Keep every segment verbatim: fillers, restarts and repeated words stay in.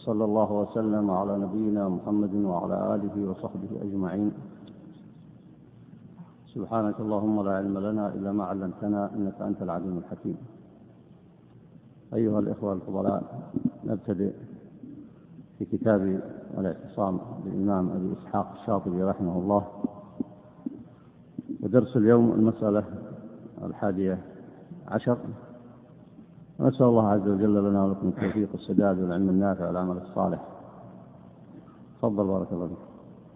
وصلى الله وسلم على نبينا محمد وعلى آله وصحبه أجمعين. سبحانك اللهم لا علم لنا إلا ما علمتنا إنك أنت العليم الحكيم. أيها الإخوة الفضلاء، نبتدئ في كتاب الاعتصام للإمام أبي إسحاق الشاطبي رحمه الله، ودرس اليوم المسألة الحادية عشر. نسأل الله عز وجل لنا ولكم التوفيق والسداد والعلم النافع والعمل الصالح. تفضل بارك الله فيك.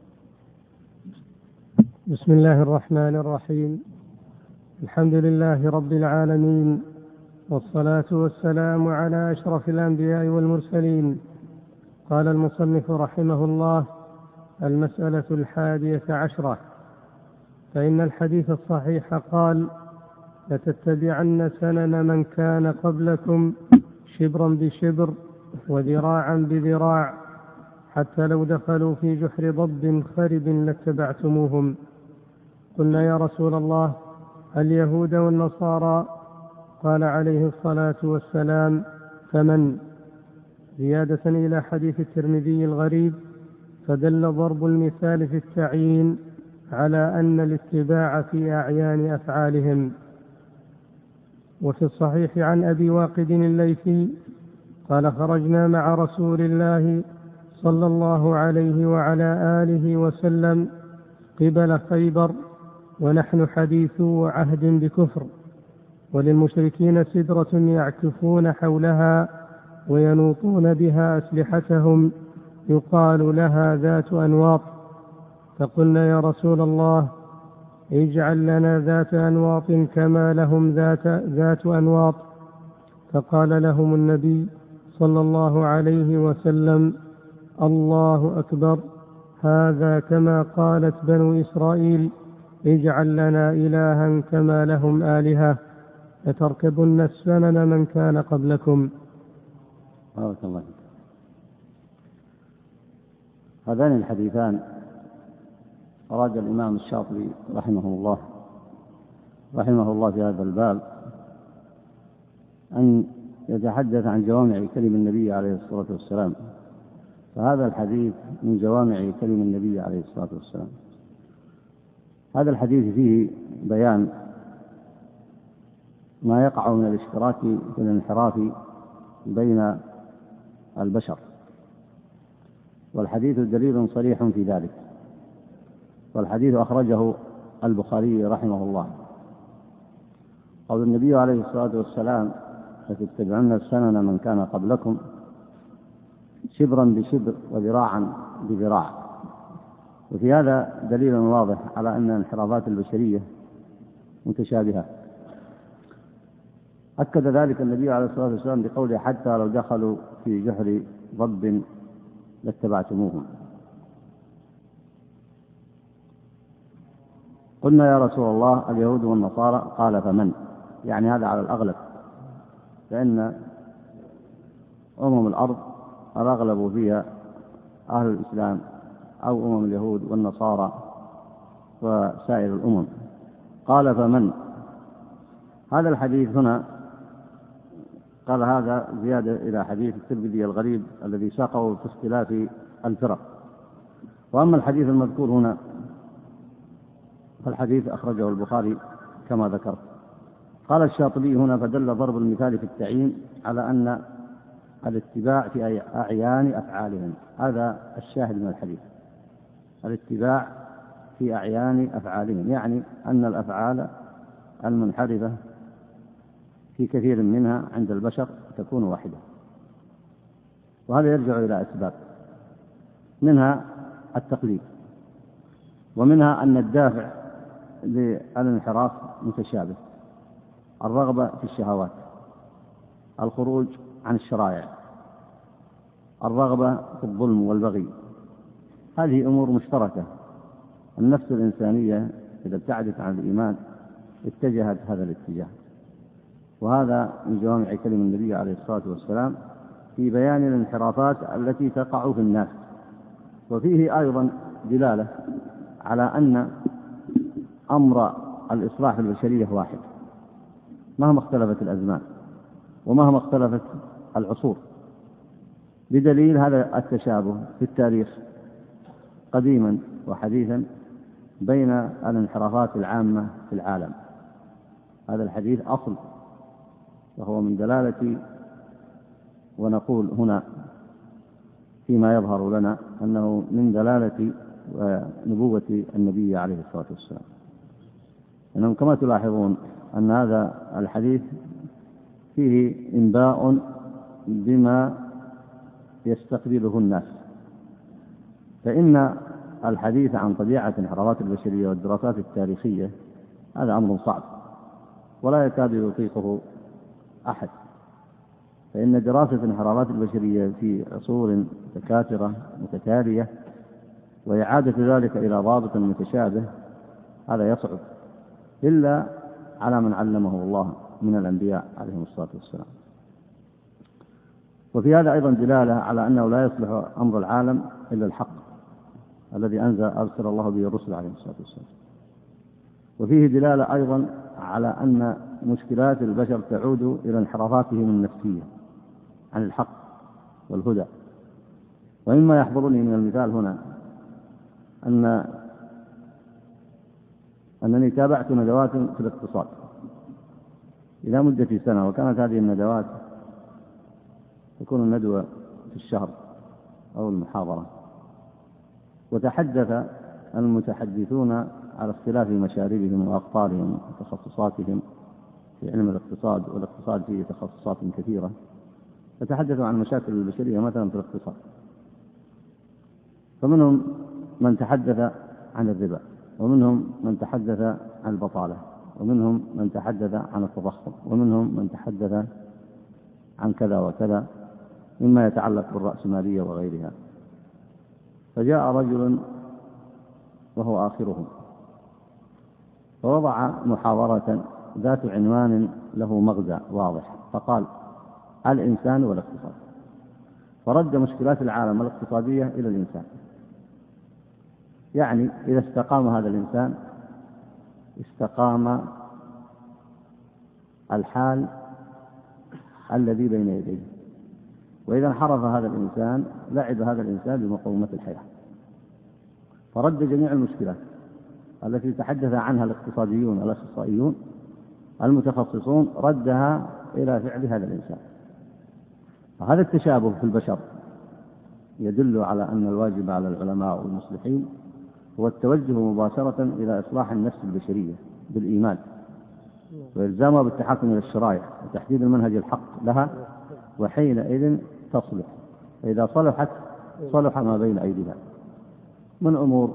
بسم الله الرحمن الرحيم. الحمد لله رب العالمين، والصلاة والسلام على أشرف الأنبياء والمرسلين. قال المصنف رحمه الله: المسألة الحادية عشرة. فإن الحديث الصحيح قال: لتتبعن سنن من كان قبلكم شبرا بشبر وذراعا بذراع، حتى لو دخلوا في جحر ضب خرب لاتبعتموهم. قلنا يا رسول الله: اليهود والنصارى؟ قال عليه الصلاة والسلام: فمن؟ زيادة إلى حديث الترمذي الغريب: فدل ضرب المثال في التعيين على أن الاتباع في أعيان أفعالهم. وفي الصحيح عن أبي واقد الليثي قال: خرجنا مع رسول الله صلى الله عليه وعلى آله وسلم قبل خيبر ونحن حديثو عهد بكفر، وللمشركين سدرة يعكفون حولها وينوطون بها أسلحتهم يقال لها ذات أنواط. فقلنا يا رسول الله: اجعل لنا ذات أنواط كما لهم ذات, ذات أنواط. فقال لهم النبي صلى الله عليه وسلم: الله أكبر، هذا كما قالت بنو إسرائيل: اجعل لنا إلها كما لهم آلهة، لتركبن السنن من كان قبلكم. بارك الله فيك. هذان الحديثان أراد الإمام الشاطبي رحمه الله رحمه الله في هذا الباب أن يتحدث عن جوامع كلم النبي عليه الصلاة والسلام، فهذا الحديث من جوامع كلم النبي عليه الصلاة والسلام. هذا الحديث فيه بيان ما يقع من الاشتراك في الانحراف بين البشر، والحديث دليل صريح في ذلك. والحديث أخرجه البخاري رحمه الله. قول النبي عليه الصلاة والسلام: فتتبعن السنن من كان قبلكم شبرا بشبر وذراعا بذراع. وفي هذا دليل واضح على أن انحرافات البشرية متشابهة. أكد ذلك النبي عليه الصلاة والسلام بقوله: حتى لو دخلوا في جحر ضب لاتبعتموهم. قلنا يا رسول الله: اليهود والنصارى؟ قال: فمن؟ يعني هذا على الأغلب، فإن أمم الأرض الأغلب فيها أهل الإسلام أو أمم اليهود والنصارى وسائر الأمم. قال: فمن؟ هذا الحديث هنا قال هذا زيادة إلى حديث الترمذي الغريب الذي ساقه في اختلاف الفرق. وأما الحديث المذكور هنا فالحديث أخرجه البخاري كما ذكرت. قال الشاطبي هنا: فدل ضرب المثال في التعيين على أن الاتباع في أعيان أفعالهم. هذا الشاهد من الحديث، الاتباع في أعيان أفعالهم، يعني أن الأفعال المنحرفة في كثير منها عند البشر تكون واحدة. وهذا يرجع إلى أسباب، منها التقليد، ومنها أن الدافع للانحراف متشابه: الرغبة في الشهوات، الخروج عن الشرائع، الرغبة في الظلم والبغي. هذه أمور مشتركة. النفس الإنسانية إذا ابتعدت عن الإيمان اتجهت هذا الاتجاه. وهذا من جوامع كلم النبي عليه الصلاة والسلام في بيان الانحرافات التي تقع في الناس. وفيه أيضا دلالة على أن أمر الإصلاح البشرية واحد مهما اختلفت الأزمان ومهما اختلفت العصور. بدليل هذا التشابه في التاريخ قديما وحديثا بين الانحرافات العامة في العالم. هذا الحديث أصل، وهو من دلالة، ونقول هنا فيما يظهر لنا أنه من دلالة ونبوة النبي عليه الصلاة والسلام. إنهم كما تلاحظون أن هذا الحديث فيه إنباء بما يستقبله الناس، فإن الحديث عن طبيعة انحرافات البشرية والدراسات التاريخية هذا أمر صعب ولا يكاد يطيقه أحد، فإن دراسة انحرافات البشرية في عصور متكاثرة متتالية وإعادة ذلك إلى ضابط متشابه هذا يصعب إلا على من علمه الله من الأنبياء عليهم الصلاة والسلام. وفي هذا أيضا دلالة على أنه لا يصلح أمر العالم إلا الحق الذي أنزل أرسل الله به الرسل عليهم الصلاة والسلام. وفيه دلالة أيضا على أن مشكلات البشر تعود إلى انحرافاتهم النفسية عن الحق والهدى. ومما يحضرني من المثال هنا أن أنني تابعت ندوات في الاقتصاد إلى مدة سنة، وكانت هذه الندوات تكون الندوة في الشهر أو المحاضرة، وتحدث المتحدثون على اختلاف مشاربهم وأقطارهم وتخصصاتهم في علم الاقتصاد، والاقتصاد فيه تخصصات كثيرة، فتحدثوا عن مشاكل البشرية مثلا في الاقتصاد، فمنهم من تحدث عن الربا، ومنهم من تحدث عن البطالة، ومنهم من تحدث عن التضخم، ومنهم من تحدث عن كذا وكذا مما يتعلق بالرأسمالية وغيرها. فجاء رجل وهو آخرهم فوضع محاضرة ذات عنوان له مغزى واضح، فقال: الإنسان والاقتصاد. فرد مشكلات العالم الاقتصادية إلى الإنسان، يعني إذا استقام هذا الإنسان استقام الحال الذي بين يديه، وإذا انحرف هذا الإنسان لعب هذا الإنسان بمقومة الحياة. فرد جميع المشكلات التي تحدث عنها الاقتصاديون الأخصائيون المتخصصون، ردها إلى فعل هذا الإنسان. فهذا التشابه في البشر يدل على أن الواجب على العلماء والمصلحين هو التوجه مباشرة إلى إصلاح النفس البشرية بالإيمان، وإلزامها بالتحكم إلى الشرائع وتحديد المنهج الحق لها، وحينئذ تصلح. فإذا صلحت صلح ما بين أيديها من أمور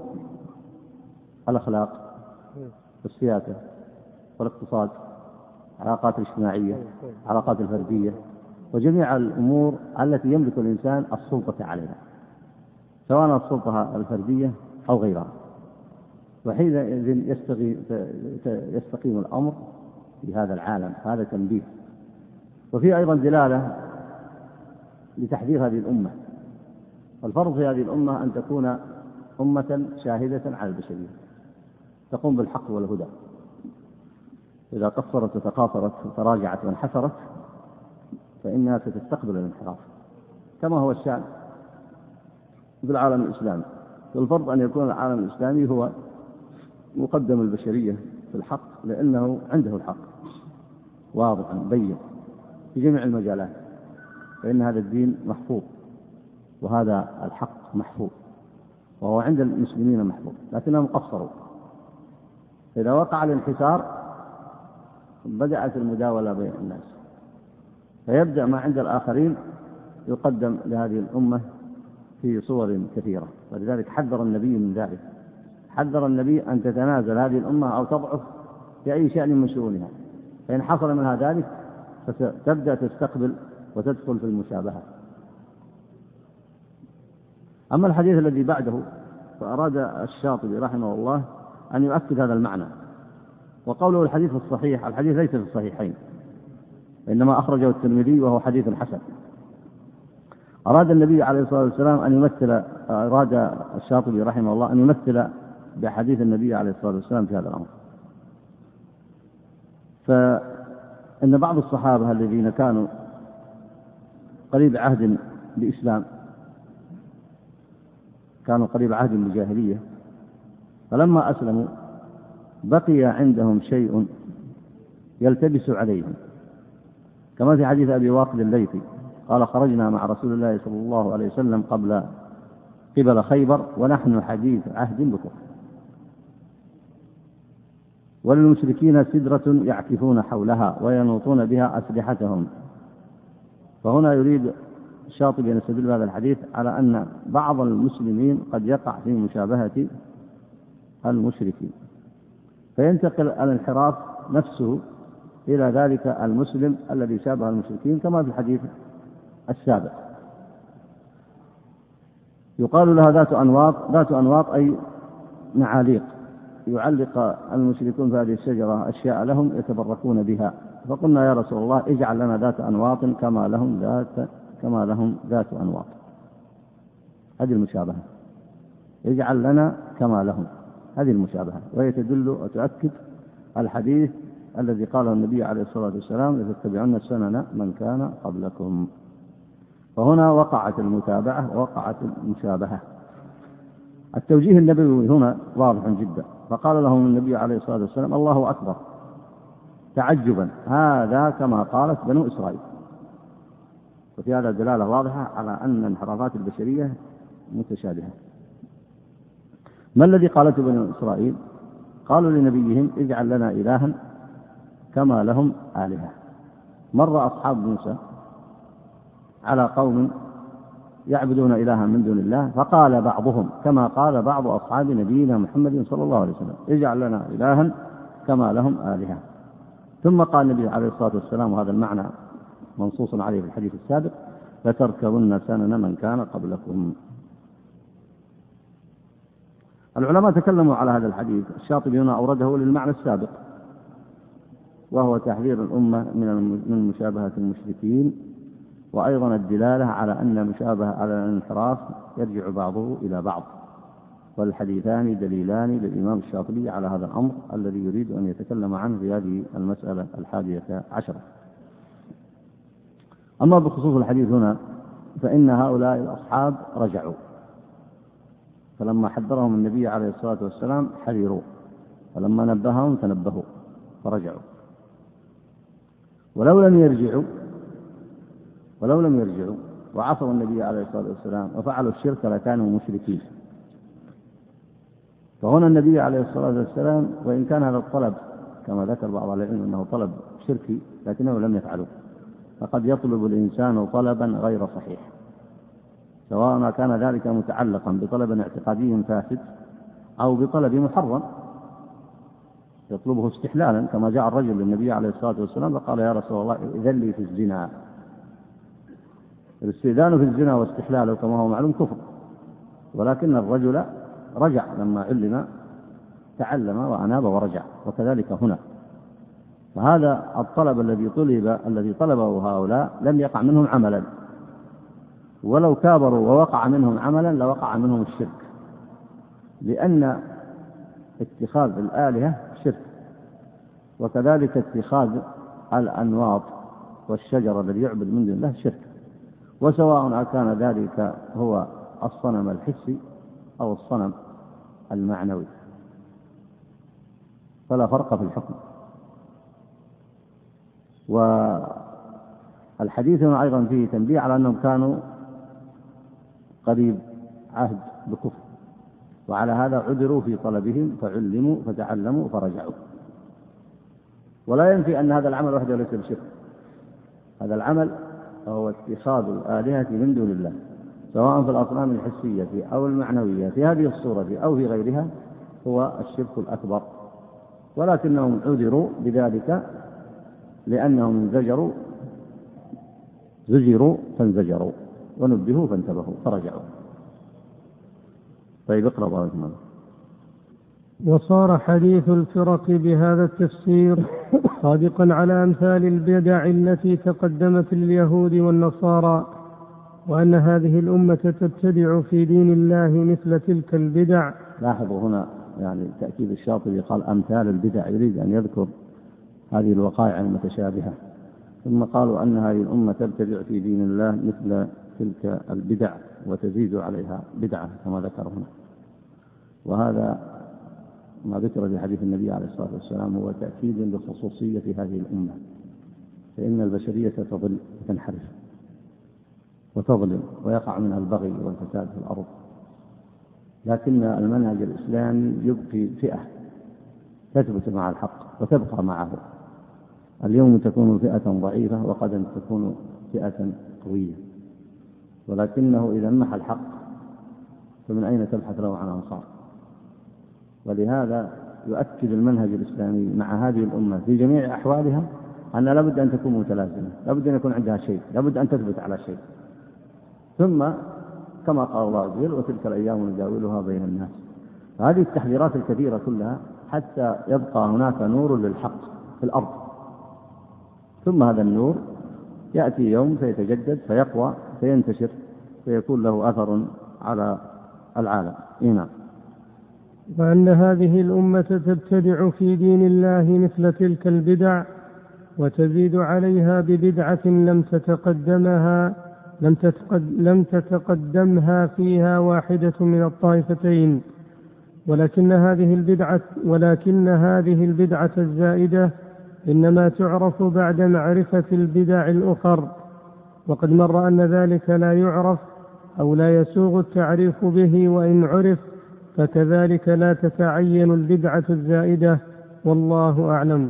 الأخلاق والسياسة والاقتصاد، العلاقات الاجتماعية، العلاقات الفردية، وجميع الأمور التي يملك الإنسان السلطة عليها، سواء السلطة الفردية أو غيرها. وحينئذ يستقيم الأمر في هذا العالم. هذا تنبيه. وفي أيضا دلالة لتحذير هذه الأمة. الفرض في هذه الأمة أن تكون أمة شاهدة على البشرية، تقوم بالحق والهدى. إذا قصرت وتقاصرت وتراجعت وانحسرت فإنها ستستقبل الانحراف، كما هو الشأن في العالم الإسلامي. فالفرض أن يكون العالم الإسلامي هو مقدم البشرية في الحق، لأنه عنده الحق واضح بين في جميع المجالات، فإن هذا الدين محفوظ وهذا الحق محفوظ، وهو عند المسلمين محفوظ، لكنهم قصروا. إذا وقع الانحسار بدأت المداولة بين الناس، فيبدأ ما عند الآخرين يقدم لهذه الأمة في صور كثيرة. ولذلك حذر النبي من ذلك، حذر النبي أن تتنازل هذه الأمة أو تضعف في أي شأن من شؤونها، فإن حصل منها ذلك فتبدأ تستقبل وتدخل في المشابهة. أما الحديث الذي بعده فأراد الشاطبي رحمه الله أن يؤكد هذا المعنى، وقوله الحديث الصحيح، الحديث ليس في الصحيحين، إنما أخرجه الترمذي وهو حديث حسن. أراد النبي عليه الصلاة والسلام أن يمثل، أراد الشاطبي رحمه الله أن يمثل بحديث النبي عليه الصلاة والسلام في هذا الأمر. فإن بعض الصحابة الذين كانوا قريب عهد بإسلام، كانوا قريب عهد بالجاهلية، فلما أسلموا بقي عندهم شيء يلتبس عليهم، كما في حديث أبي واقد الليثي قال: خرجنا مع رسول الله صلى الله عليه وسلم قبل قبل خيبر ونحن حديث عهد بكفر، وللمشركين سدرة يعكفون حولها وينوطون بها أسلحتهم. فهنا يريد الشاطبي أن يستدل بهذا الحديث على أن بعض المسلمين قد يقع في مشابهة المشركين، فينتقل الانحراف نفسه إلى ذلك المسلم الذي شابه المشركين، كما في الحديث السابق. يقال لها ذات أنواط، ذات أنواط أي معاليق، يعلق المشركون في هذه الشجرة أشياء لهم يتبركون بها، فقلنا يا رسول الله اجعل لنا ذات أنواط كما لهم ذات كما لهم ذات أنواط. هذه المشابهة، اجعل لنا كما لهم، هذه المشابهة، وهي تدل وتؤكد الحديث الذي قاله النبي عليه الصلاة والسلام: لتتبعن سنن من كان قبلكم. فهنا وقعت المتابعة ووقعت المشابهة. التوجيه النبوي هنا واضح جدا، فقال لهم النبي عليه الصلاة والسلام: الله أكبر، تعجبا، هذا كما قالت بنو إسرائيل. وفي هذا دلالة واضحة على أن انحرافات البشرية متشابهة. ما الذي قالته بنو إسرائيل؟ قالوا لنبيهم: اجعل لنا إلها كما لهم آلهة. مر أصحاب موسى على قوم يعبدون إلها من دون الله، فقال بعضهم كما قال بعض أصحاب نبينا محمد صلى الله عليه وسلم: اجعل لنا إلها كما لهم آلهة. ثم قال النبي عليه الصلاة والسلام، وهذا المعنى منصوص عليه في الحديث السابق: لتركبن سنن من كان قبلكم. العلماء تكلموا على هذا الحديث، الشاطبي هنا أورده للمعنى السابق، وهو تحذير الأمة من مشابهة المشركين، وأيضا الدلالة على أن مشابهة على الانحراف يرجع بعضه إلى بعض، والحديثان دليلان للإمام الشاطبي على هذا الأمر الذي يريد أن يتكلم عنه في هذه المسألة الحادية عشرة. أما بخصوص الحديث هنا فإن هؤلاء الأصحاب رجعوا، فلما حذرهم النبي عليه الصلاة والسلام حذروا، فلما نبههم تنبهوا فرجعوا. ولو لم يرجعوا ولو لم يرجعوا وعصوا النبي عليه الصلاة والسلام وفعلوا الشرك لكانوا مشركين. فهنا النبي عليه الصلاة والسلام، وإن كان هذا الطلب كما ذكر بعض العلم أنه طلب شركي لكنه لم يفعله، فقد يطلب الإنسان طلبا غير صحيح، سواء كان ذلك متعلقا بطلب اعتقادي فاسد أو بطلب محرم يطلبه استحلالا، كما جاء الرجل للنبي عليه الصلاة والسلام فقال: يا رسول الله إذن لي في الزنا. الاستئذان في الزنا واستحلاله كما هو معلوم كفر، ولكن الرجل رجع لما علم، تعلم وأناب ورجع، وكذلك هنا. فهذا الطلب الذي طلب الذي طلبه هؤلاء لم يقع منهم عملا، ولو كابروا ووقع منهم عملا لوقع منهم الشرك، لأن اتخاذ الآلهة شرك، وكذلك اتخاذ الأنواط والشجر الذي يعبد من دون الله شرك، وسواء كان ذلك هو الصنم الحسي أو الصنم المعنوي، فلا فرق في الحكم. والحديث أيضا فيه تنبيه على أنهم كانوا قريب عهد بكفر، وعلى هذا عذروا في طلبهم فعلموا فتعلموا فرجعوا. ولا ينفي أن هذا العمل وحده ليس بشرك، هذا العمل وهو اتخاذ الآلهة من دون الله، سواء في الأصنام الحسية أو المعنوية في هذه الصورة أو في غيرها، هو الشرك الأكبر، ولكنهم عذروا بذلك لأنهم انزجروا زجروا فانزجروا ونبهوا فانتبهوا فرجعوا. طيب اقرأ بارك الله. وصار حديث الفرق بهذا التفسير صادقا على أمثال البدع التي تقدمت لليهود والنصارى، وأن هذه الأمة تبتدع في دين الله مثل تلك البدع. لاحظوا هنا يعني تأكيد الشاطبي قال أمثال البدع، يريد أن يذكر هذه الوقائع المتشابهة، ثم قالوا أن هذه الأمة تبتدع في دين الله مثل تلك البدع وتزيد عليها بدعة كما ذكر هنا. وهذا ما ذكر في حديث النبي عليه الصلاة والسلام هو تأكيد لخصوصية هذه الأمة، فإن البشرية تضل وتنحرف وتظلم ويقع منها البغي والفساد في الأرض، لكن المنهج الإسلامي يبقي فئة تثبت مع الحق وتبقى معه. اليوم تكون فئة ضعيفة وغدا تكون فئة قوية، ولكنه إذا انمح الحق فمن أين تبحث له عن أنصار؟ ولهذا يؤكد المنهج الإسلامي مع هذه الأمة في جميع أحوالها أن لابد أن تكون متلازمة، لابد أن يكون عندها شيء، لابد أن تثبت على شيء. ثم كما قال الله عز وجل: وتلك الأيام نداولها بين الناس. هذه التحذيرات الكثيرة كلها حتى يبقى هناك نور للحق في الأرض، ثم هذا النور يأتي يوم فيتجدد فيقوى فينتشر فيكون له أثر على العالم. نعم. وأن هذه الأمة تبتدع في دين الله مثل تلك البدع وتزيد عليها ببدعة لم تتقدمها لم, تتقد لم تتقدمها فيها واحدة من الطائفتين، ولكن هذه البدعة ولكن هذه البدعة الزائدة إنما تعرف بعد معرفة البدع الأخر، وقد مر أن ذلك لا يعرف أو لا يسوغ التعريف به، وإن عرف فكذلك لا تتعين البدعة الزائدة، والله أعلم.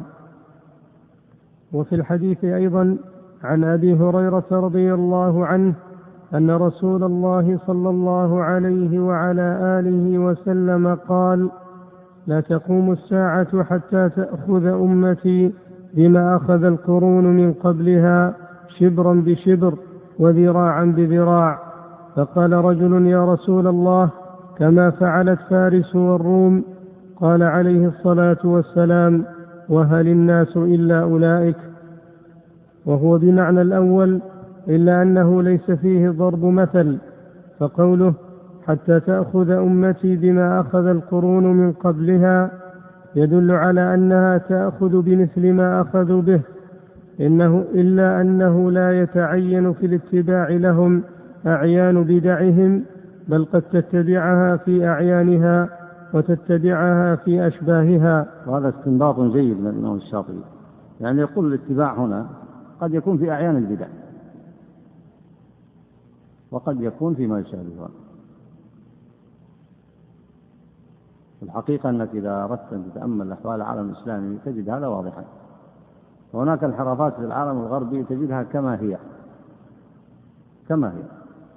وفي الحديث أيضا عن أبي هريرة رضي الله عنه أن رسول الله صلى الله عليه وعلى آله وسلم قال: لا تقوم الساعة حتى تأخذ أمتي بما أخذ القرون من قبلها شبرا بشبر وذراعا بذراع. فقال رجل: يا رسول الله، كما فعلت فارس والروم؟ قال عليه الصلاة والسلام: وهل الناس إلا أولئك؟ وهو بمعنى الأول، إلا أنه ليس فيه ضرب مثل، فقوله حتى تأخذ أمتي بما أخذ القرون من قبلها يدل على أنها تأخذ بمثل ما أخذوا به، إنه إلا أنه لا يتعين في الاتباع لهم أعيان بدعهم، بل قد تتبعها في أعيانها وتتبعها في أشباهها. وهذا استنباط جيد من الإمام الشاطبي، يعني يقول الاتباع هنا قد يكون في أعيان البدع وقد يكون فيما يشابهها. الحقيقة أنك إذا أردت أن تتأمل أحوال العالم الإسلامي تجد هذا واضحا. هناك انحرافات في العالم الغربي تجدها كما هي كما هي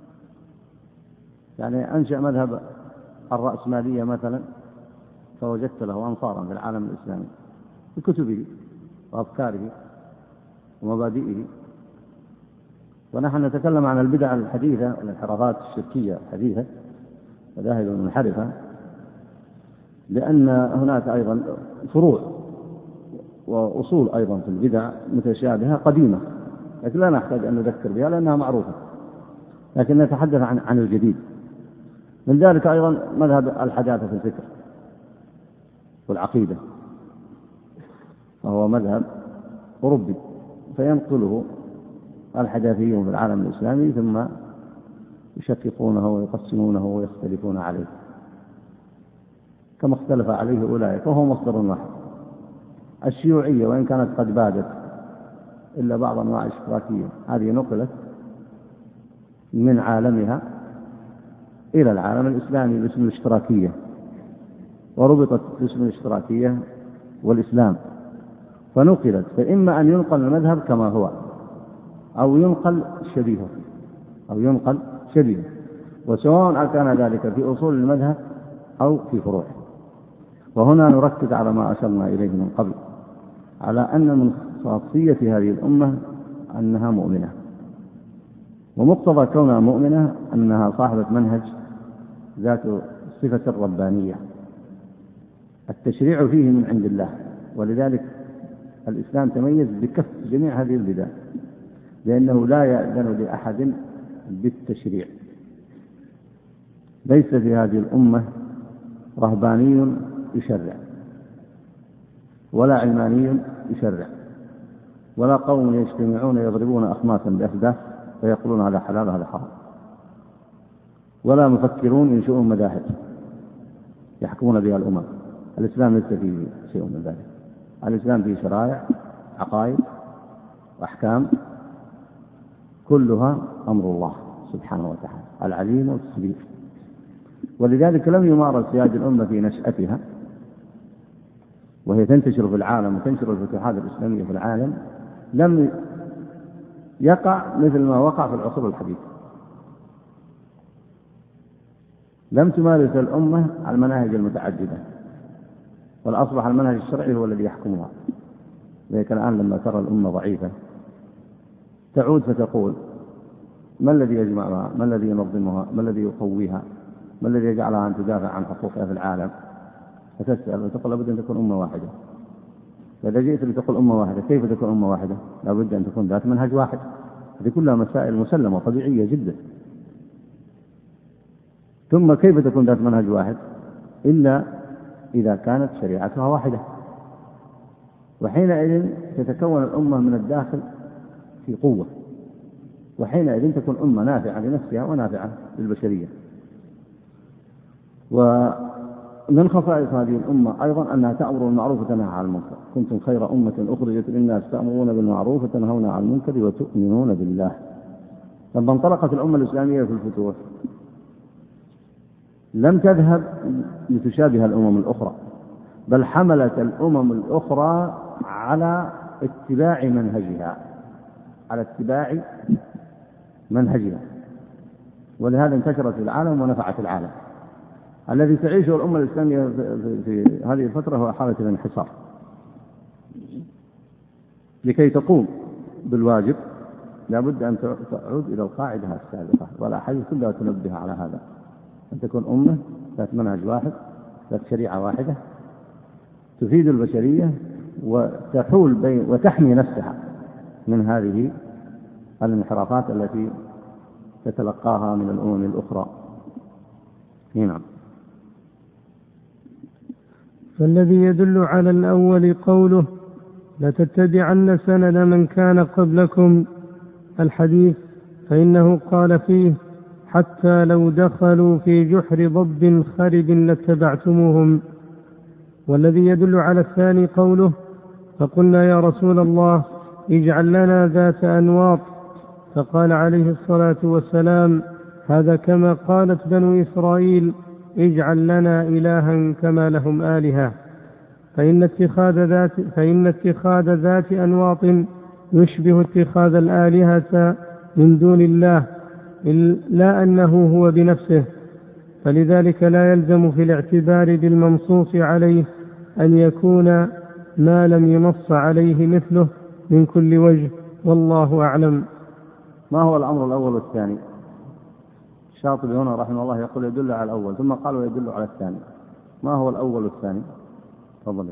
يعني أنشأ مذهب الرأسمالية مثلا فوجدت له أنصارا في العالم الإسلامي بكتبه وأفكاره ومبادئه. ونحن نتكلم عن البدع الحديثة والانحرافات الشركية الحديثة وذاهب المنحرفة، لأن هناك أيضا فروع وأصول أيضا في البدع متشابهة قديمة، لكن لا نحتاج أن نذكر بها لأنها معروفة، لكن نتحدث عن عن الجديد. من ذلك أيضا مذهب الحداثة في الفكر والعقيدة، وهو مذهب أوروبي فينقله الحداثيون في العالم الإسلامي ثم يشككونه ويقسمونه ويختلفون عليه كما اختلف عليه أولئك، وهو مصدر واحد. الشيوعية وإن كانت قد بادت إلا بعض أنواع الاشتراكية، هذه نقلت من عالمها إلى العالم الإسلامي باسم الاشتراكية، وربطت باسم الاشتراكية والإسلام فنقلت، فإما أن ينقل المذهب كما هو أو ينقل شبيهه أو ينقل شبيهه وسواء كان ذلك في أصول المذهب أو في فروعه. وهنا نركز على ما أشرنا إليه من قبل، على أن من خاصية هذه الأمة أنها مؤمنة، ومقتضى كونها مؤمنة أنها صاحبة منهج ذات صفة الربانية، التشريع فيه من عند الله. ولذلك الإسلام تميز بكف جميع هذه البدع، لأنه لا يأذن لأحد بالتشريع. ليس في هذه الأمة رهباني يشرع، ولا علماني يشرع، ولا قوم يجتمعون يضربون أخماسا بأسداف ويقولون هذا حلال وهذا حرام. ولا مفكرون ينشؤون مذاهب يحكمون بها الأمم. الإسلام ليس فيه شيء من ذلك. الإسلام فيه شرائع، عقائد وأحكام، كلها أمر الله سبحانه وتعالى العليم الخبير. ولذلك لم يمارس في هذه الأمة في نشأتها وهي تنتشر في العالم وتنشر الفتوحات الإسلامية في العالم، لم يقع مثل ما وقع في العصور الحديثة. لم تمارس الأمة المناهج المتعددة، والأصبح المنهج الشرعي هو الذي يحكمها. لذلك الآن لما ترى الأمة ضعيفة تعود فتقول: ما الذي يجمعها؟ ما الذي ينظمها؟ ما الذي يقويها؟ ما الذي يجعلها أن تدافع عن حقوقها في العالم؟ فتسأل وتقول: لابد أن تكون أمة واحدة. فإذا جئت لتقول أمة واحدة، كيف تكون أمة واحدة؟ لابد أن تكون ذات منهج واحد. هذه كلها مسائل مسلمة وطبيعية جدا. ثم كيف تكون ذات منهج واحد إلا إذا كانت شريعتها واحدة، وحينئذ تتكون الأمة من الداخل في قوة، وحينئذ تكون أمة نافعة لنفسها ونافعة للبشرية. ومن خصائص هذه الأمة أيضا أنها تأمر بالمعروف وتنهى عن المنكر. كنتم خير أمة أخرجت للناس تأمرون بالمعروف وتنهون عن المنكر وتؤمنون بالله. لما انطلقت الأمة الإسلامية في الفتوح لم تذهب لتشابه الأمم الأخرى، بل حملت الأمم الأخرى على اتباع منهجها على اتباع منهجها ولهذا انتشرت في العالم ونفعت العالم. الذي تعيشه الأمة الإسلامية في هذه الفترة هو حالة الانحصار. لكي تقوم بالواجب لابد أن تعود إلى القاعدة السابقة، والأحاديث كلها تنبه على هذا: أن تكون أمة ذات منهج واحد، ذات شريعة واحدة تفيد البشرية وتحول بين وتحمي نفسها من هذه الانحرافات التي تتلقاها من الأمم الأخرى. نعم. فالذي يدل على الأول قوله: لتتبعن سنن من كان قبلكم الحديث، فإنه قال فيه: حتى لو دخلوا في جحر ضب خرب لاتبعتموهم. والذي يدل على الثاني قوله: فقلنا يا رسول الله اجعل لنا ذات أنواط، فقال عليه الصلاة والسلام: هذا كما قالت بنو إسرائيل اجعل لنا إلها كما لهم آلهة. فإن اتخاذ ذات, فإن اتخاذ ذات أنواط يشبه اتخاذ الآلهة من دون الله، لا أنه هو بنفسه، فلذلك لا يلزم في الاعتبار بالمنصوص عليه أن يكون ما لم ينص عليه مثله من كل وجه، والله أعلم. ما هو الأمر الأول والثاني؟ الشاطبي هنا رحمه الله يقول يدل على الأول، ثم قالوا يدل على الثاني. ما هو الأول والثاني؟ تفضل.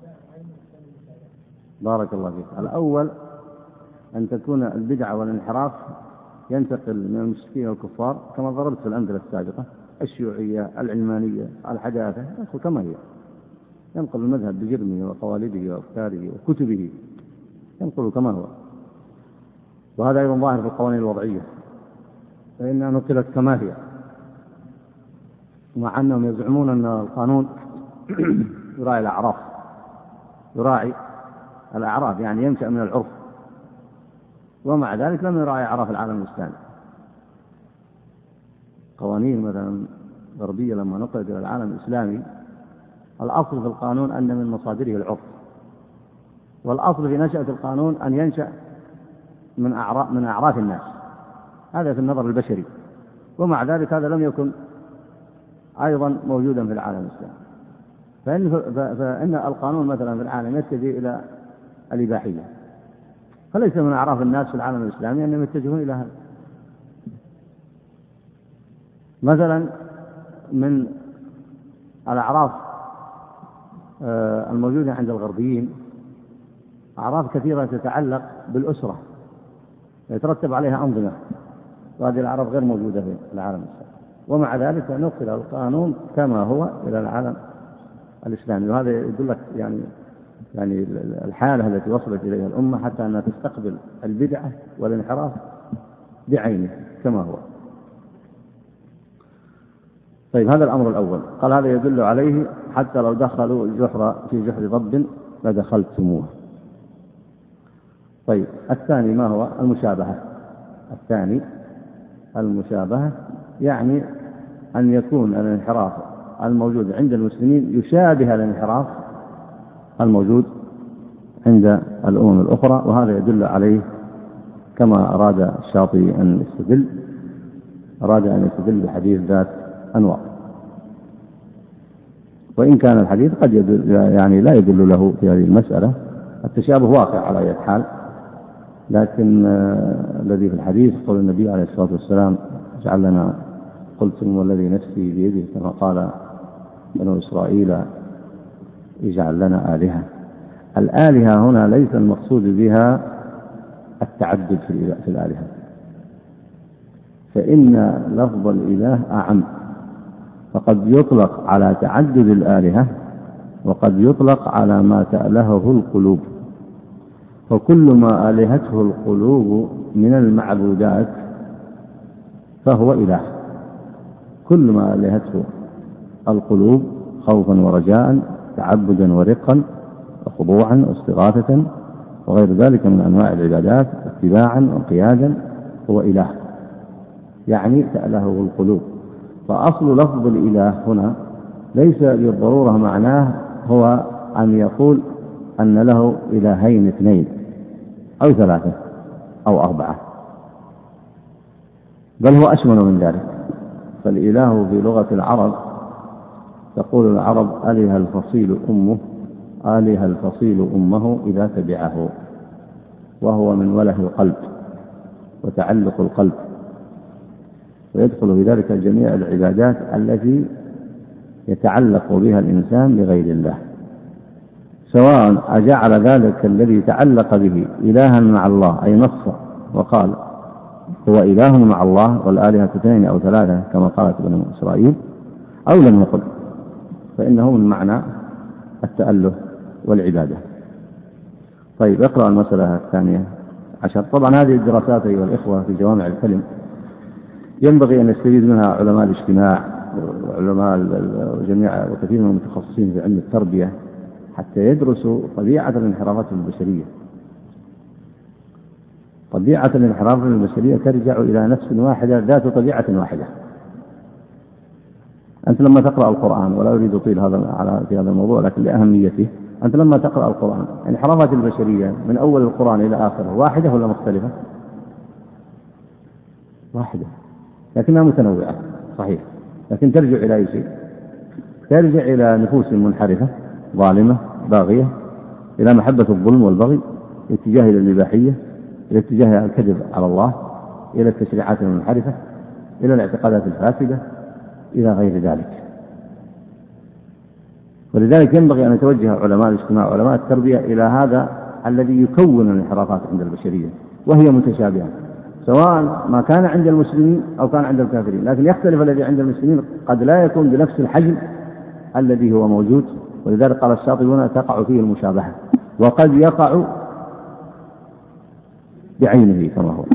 بارك الله فيك. الأول أن تكون البدعة والانحراف ينتقل من المشركين والكفار كما ضربت في الأمثلة السابقة: الشيوعية، العلمانية، الحداثة، ينقل كما هي، ينقل المذهب بجرمه وقوالبه وأفكاره وكتبه، ينقل كما هو. وهذا أيضا ظاهر في القوانين الوضعية، فإنها نقلت كما هي، مع أنهم يزعمون أن القانون يراعي الأعراف يراعي الأعراف يعني ينشأ من العرف، ومع ذلك لم يراعي أعراف العالم الإسلامي. قوانين مثلا غربية لما نقلت إلى العالم الإسلامي الأصل في القانون أن من مصادره العرف، والأصل في نشأة القانون أن ينشأ من أعراف من أعراف الناس، هذا في النظر البشري، ومع ذلك هذا لم يكن أيضا موجودا في العالم الإسلامي. فإن, فإن القانون مثلا في العالم يتجه إلى الإباحية، فليس من أعراف الناس في العالم الإسلامي أنهم يتجهون إلى هذا. مثلا من الأعراف الموجودة عند الغربيين أعراف كثيرة تتعلق بالأسرة يترتب عليها أنظمة، وهذه الأعراف غير موجودة في العالم الإسلامي، ومع ذلك نقل القانون كما هو إلى العالم الإسلامي. وهذا يدلك يعني يعني الحالة التي وصلت إليها الأمة حتى أنها تستقبل البدعة والانحراف بعينه كما هو. طيب هذا الأمر الأول. قال هذا يدل عليه حتى لو دخلوا الجحر في جحر ضب لدخلتموه. طيب الثاني ما هو؟ المشابهة. الثاني المشابهة، يعني أن يكون الانحراف الموجود عند المسلمين يشابه الانحراف الموجود عند الأمم الأخرى، وهذا يدل عليه كما أراد الشاطبي أن يستدل، أراد أن يستدل بحديث ذات أنواع، وإن كان الحديث قد يدل يعني لا يدل له في هذه المسألة، التشابه واقع على أي حال، لكن الذي في الحديث قول النبي عليه الصلاة والسلام اجعل لنا قلتم والذي نفسي بيده كما قال بنو إسرائيل اجعل لنا آلهة. الآلهة هنا ليس المقصود بها التعدد في الآلهة، فإن لفظ الإله أعم، فقد يطلق على تعدد الآلهة وقد يطلق على ما تألهه القلوب، فكل ما آلهته القلوب من المعبودات فهو إله، كل ما آلهته القلوب خوفا ورجاء تعبدا ورقا وخضوعا واستغاثة وغير ذلك من أنواع العبادات اتباعا وقيادا هو إله، يعني تألهه القلوب. فأصل لفظ الإله هنا ليس بالضرورة معناه هو أن يقول أن له إلهين اثنين أو ثلاثة أو أربعة، بل هو أشمل من ذلك. فالإله في لغة العرب تقول العرب أله الفصيل أمه آله الفصيل أمه إذا تبعه، وهو من وله القلب وتعلق القلب، ويدخل في ذلك جميع العبادات التي يتعلق بها الإنسان بغير الله، سواء أجعل ذلك الذي تعلق به إلها مع الله أي نص وقال هو إله مع الله والآلهة اثنين أو ثلاثة كما قالت بنو إسرائيل، أو لم يقل، فإنه من معنى التأله والعبادة. طيب اقرأ المسألة الثانية عشر. طبعا هذه الدراسات أيها الإخوة في جوامع الكلم ينبغي أن يستفيد منها علماء الاجتماع وعلماء وجميع وكثير من المتخصصين في علم التربية حتى يدرسوا طبيعة الانحرافات البشرية. طبيعة الانحراف البشرية ترجع إلى نفس واحدة ذات طبيعة واحدة. أنت لما تقرأ القرآن، ولا أريد أطيل هذا على في هذا الموضوع لكن لأهميته، أنت لما تقرأ القرآن الانحرافات البشرية من أول القرآن إلى آخره واحدة ولا مختلفة؟ واحدة، لكنها متنوعة صحيح، لكن ترجع إلى أي شيء؟ ترجع إلى نفوس منحرفة ظالمة باغية، إلى محبة الظلم والبغي، الاتجاه إلى الإباحية، إلى اتجاه الكذب على الله، إلى التشريعات المنحرفة، إلى الاعتقادات الفاسدة، إلى غير ذلك. ولذلك ينبغي أن يتوجه علماء الاجتماع وعلماء التربية إلى هذا الذي يكون الانحرافات عند البشرية، وهي متشابهة سواء ما كان عند المسلمين أو كان عند الكافرين، لكن يختلف الذي عند المسلمين قد لا يكون بنفس الحجم الذي هو موجود، ولذلك قال الشاطبي هنا تقع فيه المشابهة، وقد يقع بعينه كما هو،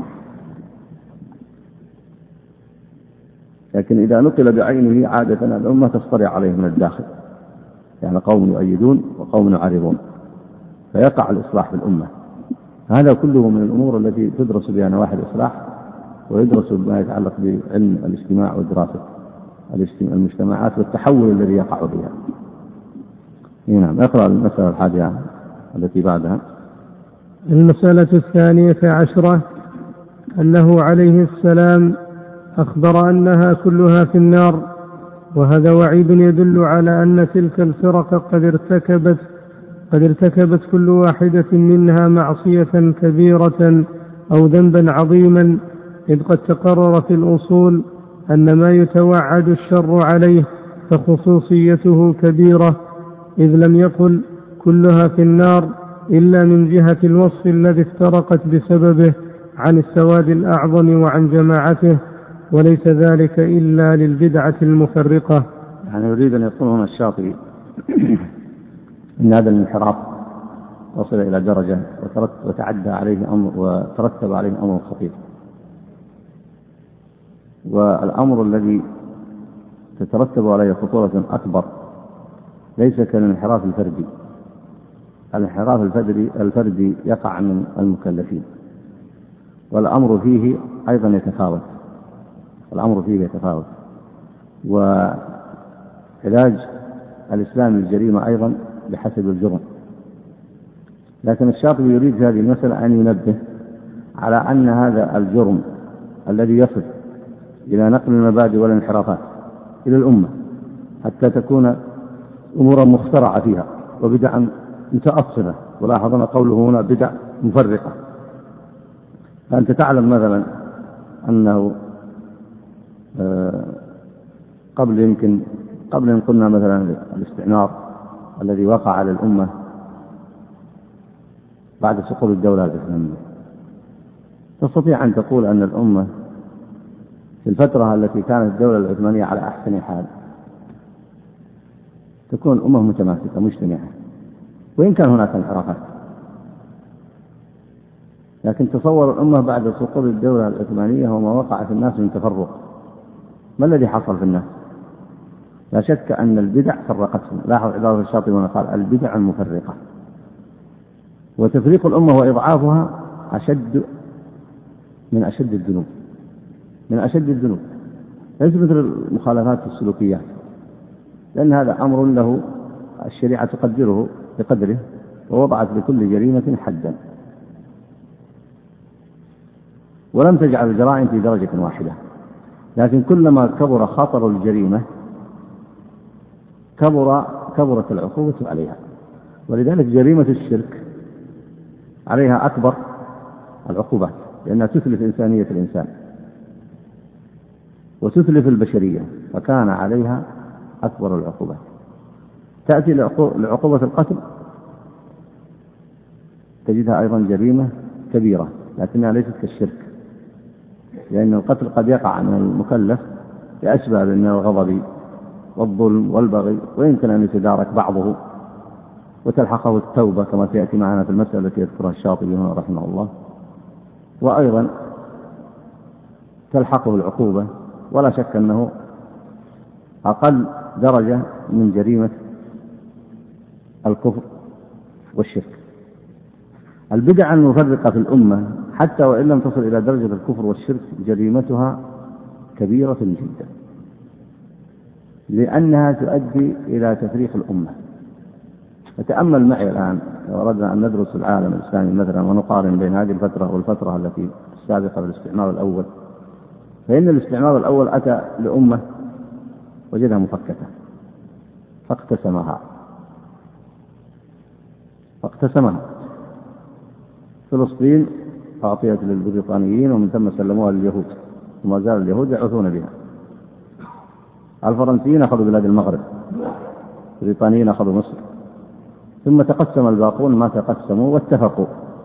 لكن إذا نقل بعينه عادة الأمة تصطرع عليه من الداخل، يعني قوم يؤيدون وقوم يعارضون، فيقع الإصلاح في الأمة. هذا كله من الأمور التي تدرس بها نواحي الإصلاح، ويدرس ما يتعلق بعلم الاجتماع ودراسة المجتمعات والتحول الذي يقع فيها. نعم، اقرأ المسألة الحادية التي بعدها. المسألة الثانية عشرة أنه عليه السلام أخبر أنها كلها في النار، وهذا وعيد يدل على أن تلك الفرق قد ارتكبت قد ارتكبت كل واحدة منها معصية كبيرة أو ذنبا عظيما، إذ قد تقرر في الأصول أن ما يتوعد الشر عليه فخصوصيته كبيرة، إذ لم يقل كلها في النار إلا من جهة الوصف الذي افترقت بسببه عن السواد الأعظم وعن جماعته، وليس ذلك إلا للبدعة المفرقة. يعني يريد أن يقول هنا الشاطبي إن هذا الانحراف وصل إلى درجة وتعدى عليه أمر وترتب عليه أمر خطير، والأمر الذي تترتب عليه خطورة أكبر، ليس كالانحراف الفردي. الانحراف الفردي, الفردي يقع من المكلفين، والأمر فيه أيضا يتفاوت الأمر فيه يتفاوت وعلاج الإسلام للجريمة أيضا بحسب الجرم. لكن الشاطبي يريد في هذه المسألة أن ينبه على أن هذا الجرم الذي يصل إلى نقل المبادئ والانحرافات إلى الأمة حتى تكون أمورا مخترعة فيها وبدعا متأصلة، ولاحظنا قوله هنا بدع مفرقة. فأنت تعلم مثلا أنه قبل يمكن قبل أن قلنا مثلا الاستعمار الذي وقع على الأمة بعد سقوط الدولة الإسلامية، تستطيع أن تقول أن الأمة في الفترة التي كانت الدولة العثمانية على أحسن حال تكون أمة متماسكة مجتمعة، وإن كان هناك انحرافات، لكن تصور الأمة بعد سقوط الدولة العثمانية وما وقع في الناس من تفرق. ما الذي حصل في الناس؟ لا شك أن البدع فرقتهم. لاحظ عبارة الشاطبي هنا قال البدع المفرقة. وتفريق الأمة وإضعافها أشد من أشد الذنوب من أشد الذنوب ليس مثل المخالفات السلوكيات، لأن هذا أمر له الشريعة تقدره بقدره، ووضعت لكل جريمة حدا، ولم تجعل الجرائم في درجة واحدة. لكن كلما كبر خطر الجريمة كبر كبرت العقوبة عليها. ولذلك جريمة الشرك عليها أكبر العقوبات، لأنها تتلف إنسانية الإنسان وتتلف البشرية، فكان عليها أكبر العقوبات. تأتي لعقوبة القتل تجدها أيضا جريمة كبيرة، لكنها ليست كالشرك، لأن القتل قد يقع من المكلف لأسباب من الغضب والظلم والبغي، ويمكن أن يتدارك بعضه وتلحقه التوبة كما سيأتي معنا في المسألة التي يذكرها الشاطبي هنا رحمه الله، وأيضا تلحقه العقوبة، ولا شك أنه أقل درجة من جريمة الكفر والشرك. البدع المفرقة في الأمة حتى وإن لم تصل إلى درجة الكفر والشرك جريمتها كبيرة جدا، لأنها تؤدي إلى تفريق الأمة. فتأمل معي الآن لو أردنا أن ندرس العالم الإسلامي مثلا ونقارن بين هذه الفترة والفترة التي السابقة بالاستعمار الأول، فإن الاستعمار الأول أتى لأمة وجدها مفككة فاقتسمها فاقتسمها فلسطين أعطيت للبريطانيين ومن ثم سلموها لليهود، وما زال اليهود يعوثون بها. الفرنسيين أخذوا بلاد المغرب، البريطانيين أخذوا مصر، ثم تقسم الباقون ما تقسموا واتفقوا.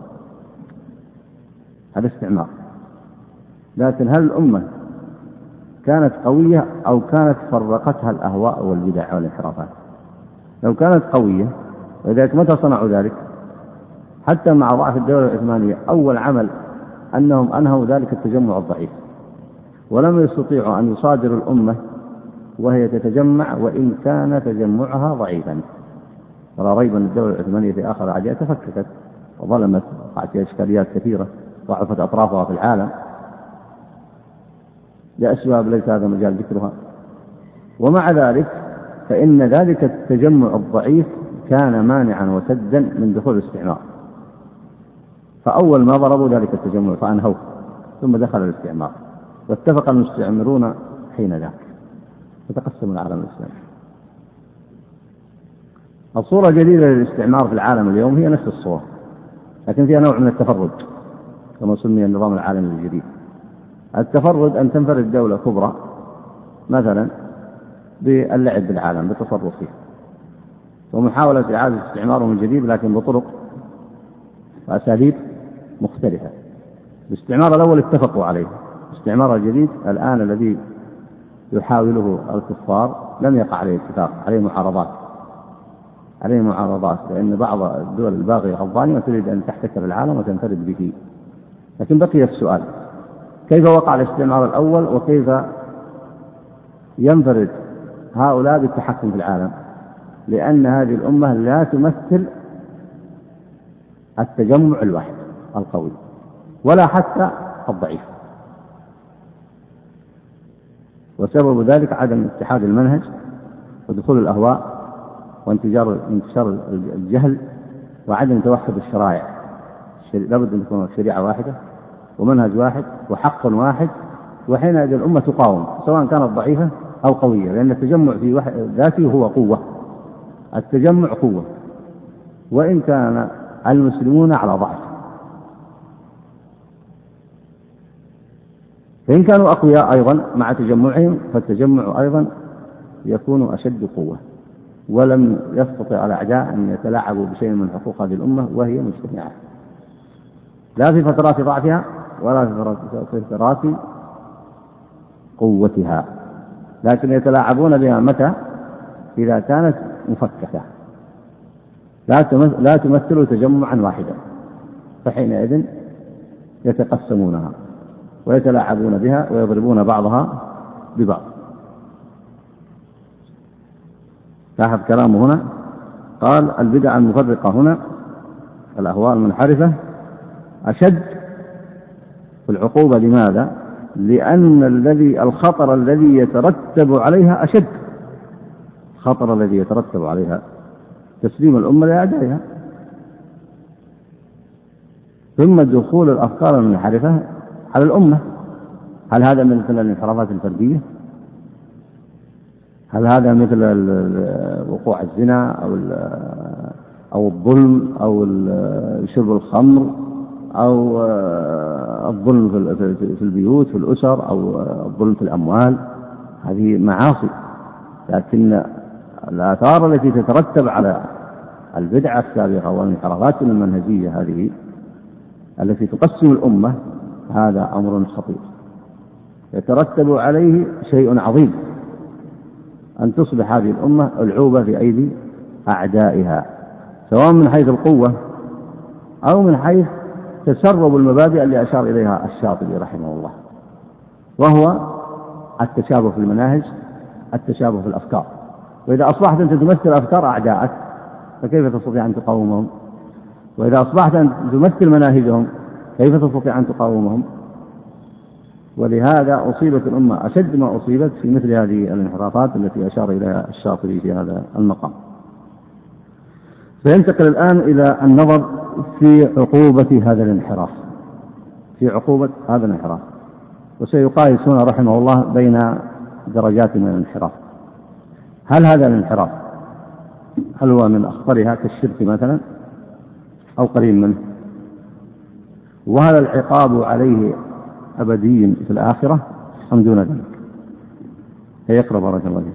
هذا استعمار. لكن هل الأمة كانت قوية أو كانت فرقتها الأهواء والبدع والانحرافات؟ لو كانت قوية، ولذلك متى صنعوا ذلك؟ حتى مع ضعف الدولة العثمانية أول عمل أنهم أنهوا ذلك التجمع الضعيف، ولم يستطيعوا أن يصادروا الأمة وهي تتجمع وإن كان تجمعها ضعيفا. ولا ريب أن الدولة العثمانية في آخر عهدها تفككت وظلمت، وقعت فيها إشكاليات كثيرة، ضعفت أطرافها في العالم لأسباب ليس هذا مجال ذكرها. ومع ذلك فإن ذلك التجمع الضعيف كان مانعا وسدا من دخول الاستعمار، فأول ما ضربوا ذلك التجمع فأنهوه، ثم دخل الاستعمار واتفق المستعمرون حين ذاك فتقسم العالم الإسلامي. الصورة الجديدة للاستعمار في العالم اليوم هي نفس الصورة، لكن فيها نوع من التفرد كما سمي النظام العالمي الجديد. التفرد أن تنفرد دولة كبرى مثلا باللعب بالعالم بالتصرف فيه، ومحاولة إعادة استعماره من جديد لكن بطرق وأساليب مختلفة. الاستعمار الأول اتفقوا عليه، الاستعمار الجديد الآن الذي يحاوله الكفار لم يقع عليه اتفاق، عليه معارضات عليه معارضات لأن بعض الدول الباغية الغضبانية تريد أن تحتكر العالم وتنفرد به. لكن بقي السؤال: كيف وقع الاستعمار الأول وكيف ينفرد هؤلاء بالتحكم في العالم، لأن هذه الأمة لا تمثل التجمع الواحد القوي ولا حتى الضعيف، وسبب ذلك عدم اتحاد المنهج ودخول الأهواء وانتشار انتشار الجهل وعدم توحد الشرائع. لابد أن تكون شريعة واحدة ومنهج واحد وحق واحد، وحينئذ الأمة تقاوم سواء كانت ضعيفة أو قوية، لأن التجمع في ذاته هو قوة، التجمع قوة، وإن كان المسلمون على ضعف. فإن كانوا أقوياء أيضا مع تجمعهم فالتجمع أيضا يكون أشد قوة، ولم يستطع الأعداء أن يتلاعبوا بشيء من حقوق هذه الأمة وهي مجتمعة، لا في فترات ضعفها ولا في فترات قوتها، لكن يتلاعبون بها متى؟ إذا كانت مفككة لا تمثل تجمعا واحدا، فحينئذ يتقسمونها ويتلاعبون بها ويضربون بعضها ببعض. لاحظ كلامه هنا، قال البدع المفرقة هنا الأهواء المنحرفة أشد في العقوبة. لماذا؟ لأن الذي الخطر الذي يترتب عليها أشد، الخطر الذي يترتب عليها تسليم الأمة لأعدائها، ثم دخول الأفكار المنحرفة على الأمة. هل هذا مثل الانحرافات الفردية؟ هل هذا مثل وقوع الزنا أو أو الظلم أو شرب الخمر أو الظلم في البيوت في الأسر أو الظلم في الأموال؟ هذه معاصي، لكن الآثار التي تترتب على البدعة السابقة والانحرافات المنهجية هذه التي تقسم الأمة هذا أمر خطير يترتب عليه شيء عظيم، أن تصبح هذه الأمة العوبة في أيدي أعدائها، سواء من حيث القوة أو من حيث تسرب المبادئ اللي أشار إليها الشاطبي رحمه الله، وهو التشابه في المناهج، التشابه في الأفكار. وإذا أصبحت أنت تمثل أفكار أعدائك فكيف تستطيع أن تقاومهم؟ وإذا أصبحت أن تمثل مناهجهم كيف تستطيع أن تقاومهم؟ ولهذا أصيبت الأمة أشد ما أصيبت في مثل هذه الانحرافات التي أشار إليها الشاطبي في هذا المقام. فينتقل الآن إلى النظر في عقوبة هذا الانحراف، في عقوبة هذا الانحراف، وسيقايس هنا رحمه الله بين درجات من الانحراف. هل هذا الانحراف هل هو من أخطرها كالشرك مثلا أو قليل منه؟ وهل العقاب عليه أبدي في الآخرة أم دون ذلك؟ هيقرأ بارك الله فيك.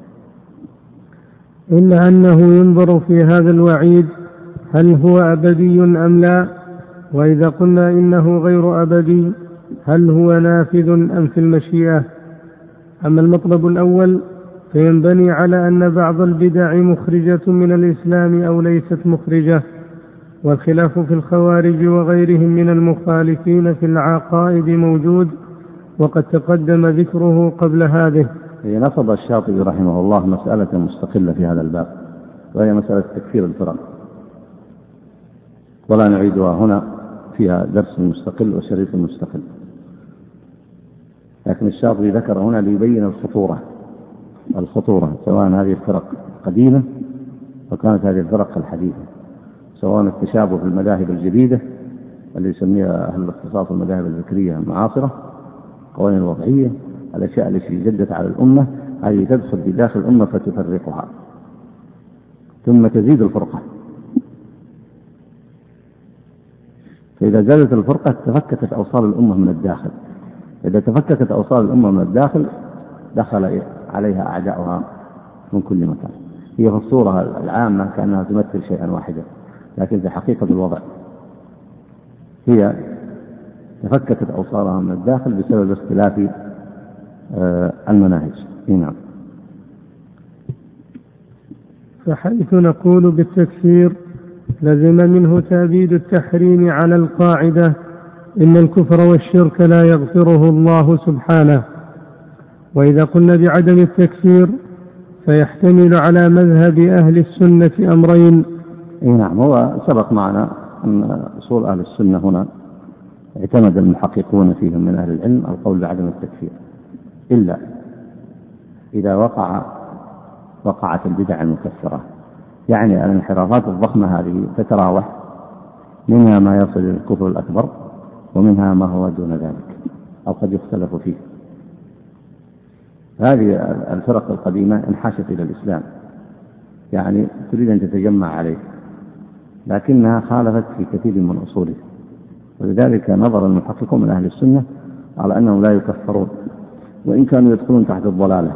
إلا أنه ينظر في هذا الوعيد هل هو أبدي أم لا، وإذا قلنا إنه غير أبدي هل هو نافذ أم في المشيئة؟ أما المطلب الأول فينبني على أن بعض البدع مخرجة من الإسلام أو ليست مخرجة، والخلاف في الخوارج وغيرهم من المخالفين في العقائد موجود وقد تقدم ذكره قبل هذه. نصب الشاطبي رحمه الله مسألة مستقلة في هذا الباب، وهي مسألة تكفير الفرق، ولا نعيدها هنا، فيها درس مستقل وشريط مستقل، لكن الشاطبي ذكر هنا ليبين الخطورة الخطورة سواء هذه الفرق قديمة وكانت هذه الفرق الحديثة، سواء التشابه في المذاهب الجديدة اللي يسميها أهل الاختصاص المذاهب الفكرية المعاصرة، قوانين الوضعية، الأشياء التي جدت على الأمة هذه تدخل في داخل الأمة فتفرقها ثم تزيد الفرقة، فإذا زادت الفرقة تفككت أوصال الأمة من الداخل، إذا تفككت أوصال الأمة من الداخل دخل عليها أعداؤها من كل مكان. هي في الصورة العامة كأنها تمثل شيئا واحدا، لكن في حقيقة الوضع هي تفككت أوصالها من الداخل بسبب اختلاف المناهج. نعم. فحيث نقول بالتكفير لزم منه تأبيد التحريم على القاعدة إن الكفر والشرك لا يغفره الله سبحانه. وإذا قلنا بعدم التكفير فيحتمل على مذهب أهل السنة أمرين. نعم، هو سبق معنا أن أصول أهل السنة هنا اعتمد المحققون فيهم من أهل العلم القول بعدم التكفير إلا إذا وقع وقعت البدع المكفرة، يعني الانحرافات الضخمة هذه تتراوح، منها ما يصل إلى الكفر الأكبر ومنها ما هو دون ذلك أو قد يختلف فيه. هذه الفرق القديمة انحاشت إلى الإسلام، يعني تريد أن تتجمع عليه، لكنها خالفت في كثير من أصوله، ولذلك نظر المحققون من أهل السنة على أنهم لا يكفرون وإن كانوا يدخلون تحت الضلالة.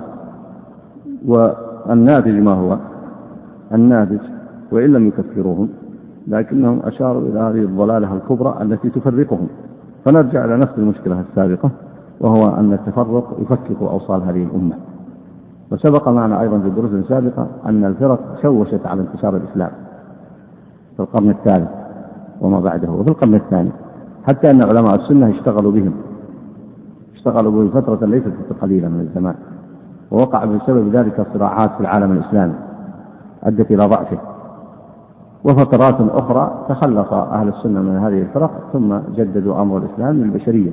والناتج ما هو الناتج؟ وإن لم يكفروهم لكنهم أشاروا إلى هذه الضلالة الكبرى التي تفرقهم. فنرجع إلى نفس المشكلة السابقة، وهو أن التفرق يفكك أوصال هذه الأمة. وسبق معنا أيضا في دروس سابقة أن الفرق شوشت على انتشار الإسلام في القرن الثالث وما بعده وفي القرن الثاني، حتى أن علماء السنة اشتغلوا بهم اشتغلوا بهم فترة ليست قليلة من الزمان، ووقع بسبب ذلك صراعات في العالم الإسلامي أدت إلى ضعفه. وفترات أخرى تخلص أهل السنة من هذه الفرق ثم جددوا أمر الإسلام للبشرية.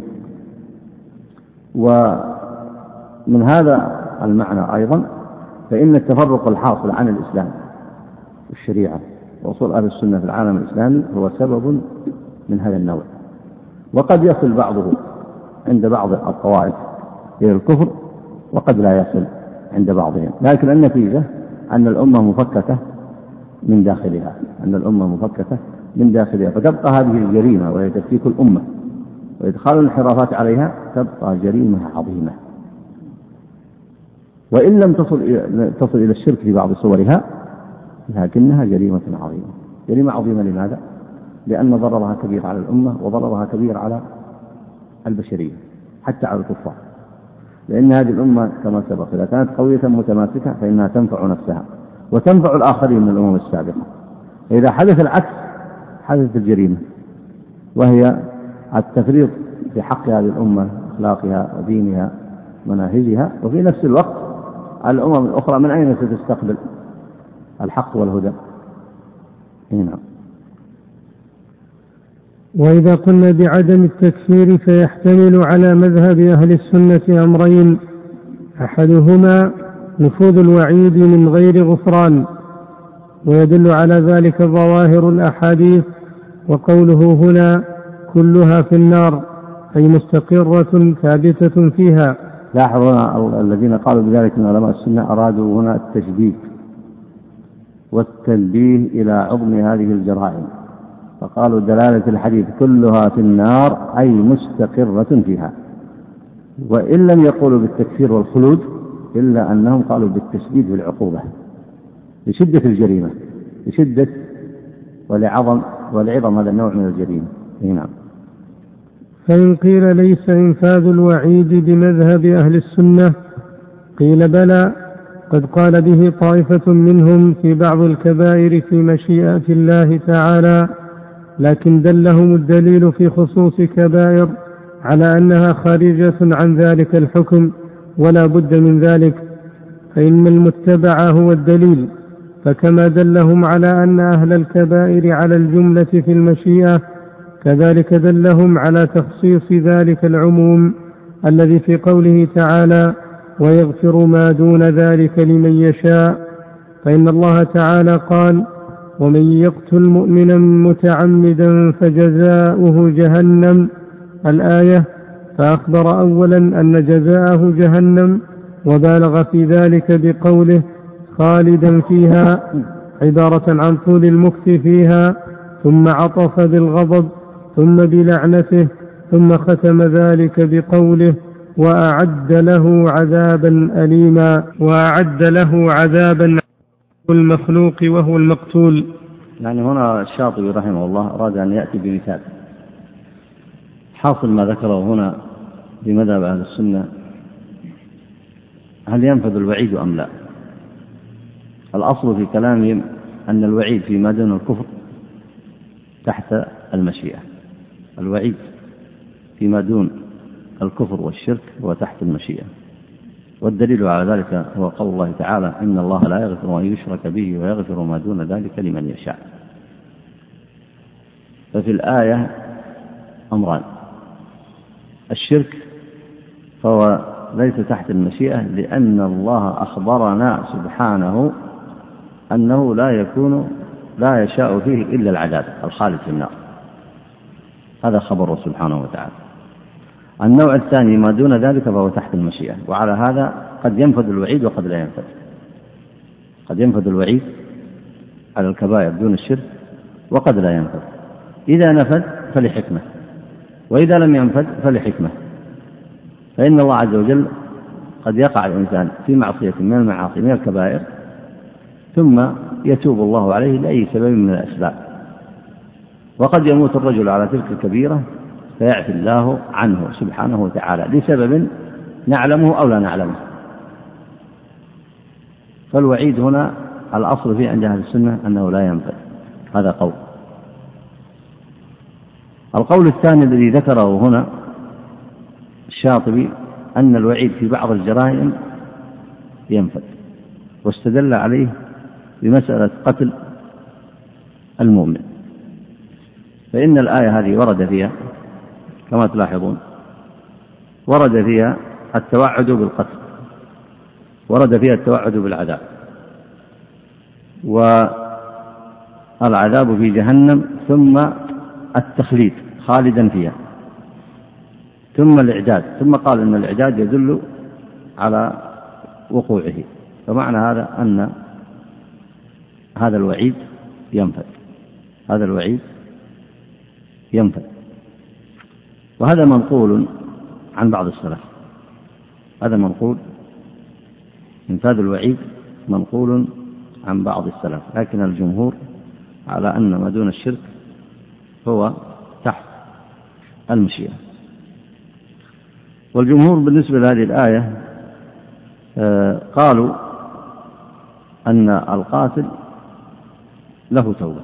ومن هذا المعنى أيضا فإن التفرق الحاصل عن الإسلام والشريعة وأصول أهل السنة في العالم الإسلامي هو سبب من هذا النوع. وقد يصل بعضه عند بعض الطوائف إلى الكفر وقد لا يصل عند بعضهم، لكن النتيجة أن الأمة مفككة من داخلها أن الأمة مفككة من داخلها فتبقى هذه الجريمة وهي تفكيك الأمة وإدخال الانحرافات عليها تبقى جريمة عظيمة، وإن لم تصل إلى, تصل إلى الشرك في بعض صورها لكنها جريمة عظيمة. جريمة عظيمة لماذا؟ لأن ضررها كبير على الأمة وضررها كبير على البشرية حتى على الكفار، لأن هذه الأمة كما سبق إذا كانت قوية متماسكة فإنها تنفع نفسها وتنفع الآخرين من الأمم السابقة. إذا حدث العكس حدثت الجريمة، وهي التفريط في حق هذه الأمة أخلاقها ودينها ومناهجها، وفي نفس الوقت الأمم الأخرى من أين ستستقبل الحق والهدى؟ هنا. وإذا قلنا بعدم التكفير فيحتمل على مذهب أهل السنة أمرين: أحدهما نفوذ الوعيد من غير غفران، ويدل على ذلك ظواهر الأحاديث وقوله هنا كلها في النار أي مستقرة ثابتة فيها. لاحظوا الذين قالوا بذلك من علماء السنة أرادوا هنا التشديد والتنبيه إلى عظم هذه الجرائم، فقالوا دلالة الحديث كلها في النار أي مستقرة فيها، وإن لم يقولوا بالتكفير والخلود إلا أنهم قالوا بالتشديد في العقوبة لشدة الجريمة لشدة ولعظم ولعظم هذا النوع من الجريمة. نعم. فإن قيل ليس إنفاذ الوعيد بمذهب أهل السنة قيل بلى، قد قال به طائفة منهم في بعض الكبائر في مشيئة الله تعالى، لكن دلهم الدليل في خصوص كبائر على أنها خارجة عن ذلك الحكم ولا بد من ذلك، فإن المتبع هو الدليل، فكما دلهم على أن أهل الكبائر على الجملة في المشيئة كذلك دلهم على تخصيص ذلك العموم الذي في قوله تعالى ويغفر ما دون ذلك لمن يشاء، فإن الله تعالى قال ومن يقتل مؤمنا متعمدا فجزاؤه جهنم الآية، فأخبر أولا أن جزاءه جهنم وبالغ في ذلك بقوله خالدا فيها عبارة عن طول المكث فيها، ثم عطف بالغضب ثم بلعنته، ثم ختم ذلك بقوله وأعد له عذابا أليما وأعد له عذابا المخلوق وهو المقتول. يعني هنا الشاطبي رحمه الله أراد أن يأتي بمثال حاصل ما ذكره هنا بمذهب أهل السنة، هل ينفذ الوعيد أم لا؟ الأصل في كلامهم أن الوعيد فيما دون الكفر تحت المشيئة، الوعيد فيما دون الكفر والشرك هو تحت المشيئة، والدليل على ذلك هو قول الله تعالى: إن الله لا يغفر أن يشرك به ويغفر ما دون ذلك لمن يشاء. ففي الآية أمران: الشرك فهو ليس تحت المشيئة، لأن الله أخبرنا سبحانه أنه لا يكون لا يشاء فيه إلا العذاب الخالد في النار، هذا خبره سبحانه وتعالى. النوع الثاني ما دون ذلك فهو تحت المشيئة، وعلى هذا قد ينفذ الوعيد وقد لا ينفذ. قد ينفذ الوعيد على الكبائر دون الشرك وقد لا ينفذ. إذا نفذ فلحكمة، وإذا لم ينفذ فلحكمة. فإن الله عز وجل قد يقع الإنسان في معصية من المعاصي من الكبائر ثم يتوب الله عليه لأي سبب من الأسباب، وقد يموت الرجل على تلك الكبيرة فيعفي الله عنه سبحانه وتعالى لسبب نعلمه أو لا نعلمه. فالوعيد هنا الأصل فيه عند أهل السنة أنه لا ينفذ، هذا قول. القول الثاني الذي ذكره هنا الشاطبي أن الوعيد في بعض الجرائم ينفذ، واستدل عليه بمسألة قتل المؤمن، فإن الآية هذه ورد فيها كما تلاحظون ورد فيها التوعد بالقتل، ورد فيها التوعد بالعذاب، والعذاب في جهنم، ثم التخليد خالدا فيها، ثم الإعداد، ثم قال إن الإعداد يدل على وقوعه. فمعنى هذا أن هذا الوعيد ينفذ، هذا الوعيد ينفذ. وهذا منقول عن بعض السلف، هذا منقول انفاذ الوعيد منقول عن بعض السلف، لكن الجمهور على أن ما دون الشرك هو تحت المشيئة. والجمهور بالنسبة لهذه الآية قالوا أن القاتل له توبة،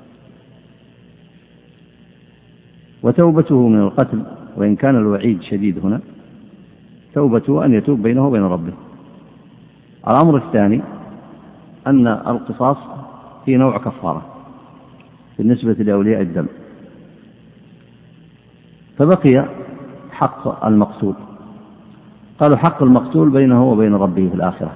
وتوبته من القتل وإن كان الوعيد شديد هنا توبته أن يتوب بينه وبين ربه. الأمر الثاني أن القصاص في نوع كفارة بالنسبة لأولياء الدم، فبقي حق المقتول. قالوا حق المقتول بينه وبين ربه في الآخرة،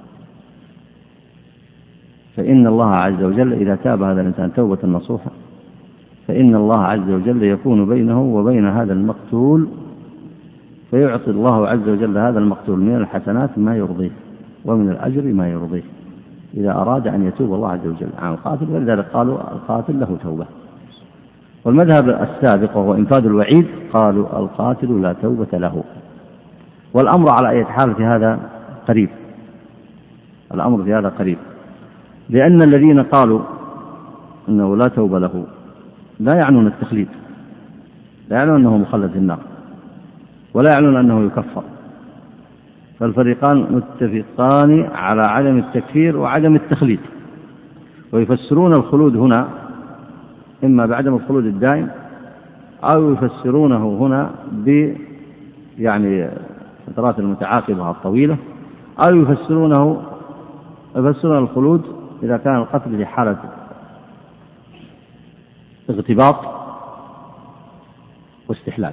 فإن الله عز وجل إذا تاب هذا الإنسان توبة نصوحة فإن الله عز وجل يكون بينه وبين هذا المقتول، فيعطي الله عز وجل هذا المقتول من الحسنات ما يرضيه ومن الأجر ما يرضيه إذا أراد أن يتوب الله عز وجل عن القاتل. ولذلك قالوا القاتل له توبة. والمذهب السابق وهو إنفاذ الوعيد قالوا القاتل لا توبة له. والأمر على أي حال في هذا قريب، الأمر في هذا قريب، لأن الذين قالوا أنه لا توبة له لا يعنون التخليد، لا يعنون أنه مخلد في النار، ولا يعنون أنه يكفر. فالفريقان متفقان على عدم التكفير وعدم التخليد، ويفسرون الخلود هنا إما بعدم الخلود الدائم أو يفسرونه هنا ب يعني فترات المتعاقبة الطويلة، أو يفسرونه يفسرون الخلود إذا كان القتل في حالة اغتباط واستحلال.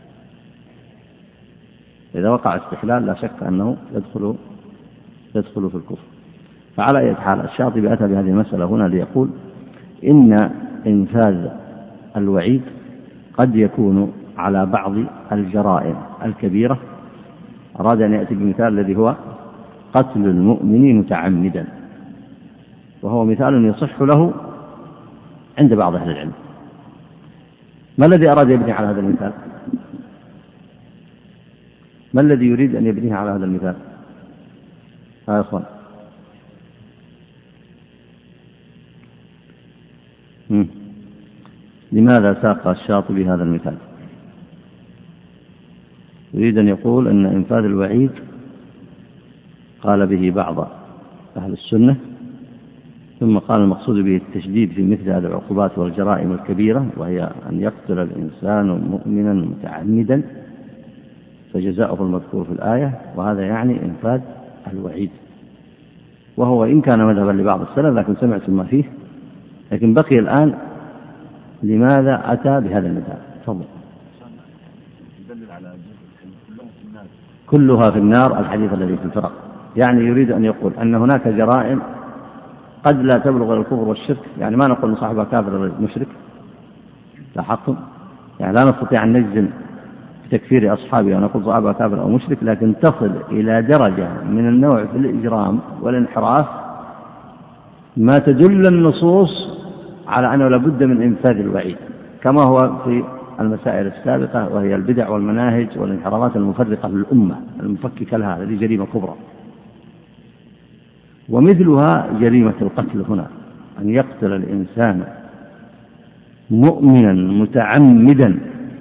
إذا وقع استحلال لا شك أنه يدخل يدخل في الكفر. فعلى أي حال الشاطبي أتى بهذه المسألة هنا ليقول إن إنفاذ الوعيد قد يكون على بعض الجرائم الكبيرة. أراد أن يأتي بمثال الذي هو قتل المؤمن متعمدا، وهو مثال يصح له عند بعض أهل العلم. ما الذي أراد يبني على هذا المثال؟ ما الذي يريد أن يبنيه على هذا المثال؟ ها يا أخوان، لماذا ساق الشاطبي هذا المثال؟ يريد أن يقول أن إنفاذ الوعيد قال به بعض أهل السنة، ثم قال المقصود به التشديد في مثل هذه العقوبات والجرائم الكبيرة، وهي أن يقتل الإنسان مؤمنا متعمدا، فجزاؤه المذكور في الآية، وهذا يعني إنفاذ الوعيد. وهو إن كان مذهبا لبعض السلف لكن سمعتم ما فيه. لكن بقي الآن لماذا أتى بهذا المثال؟ تفضل. كلها في النار الحديث الذي في الفرق، يعني يريد أن يقول أن هناك جرائم قد لا تبلغ الكفر والشرك، يعني ما نقول صاحبها كافر ولا مشرك، لاحظتم؟ يعني لا نستطيع أن نجزم بتكفير أصحابه ونقول صاحبها كافر أو مشرك، لكن تصل إلى درجة من النوع في الإجرام والانحراف ما تدل النصوص على أنه لابد من إنفاذ الوعيد، كما هو في المسائل السابقة وهي البدع والمناهج والانحرافات المفرقة للأمة المفككة لها، هذه جريمة كبرى. ومثلها جريمة القتل هنا، أن يقتل الإنسان مؤمنا متعمدا،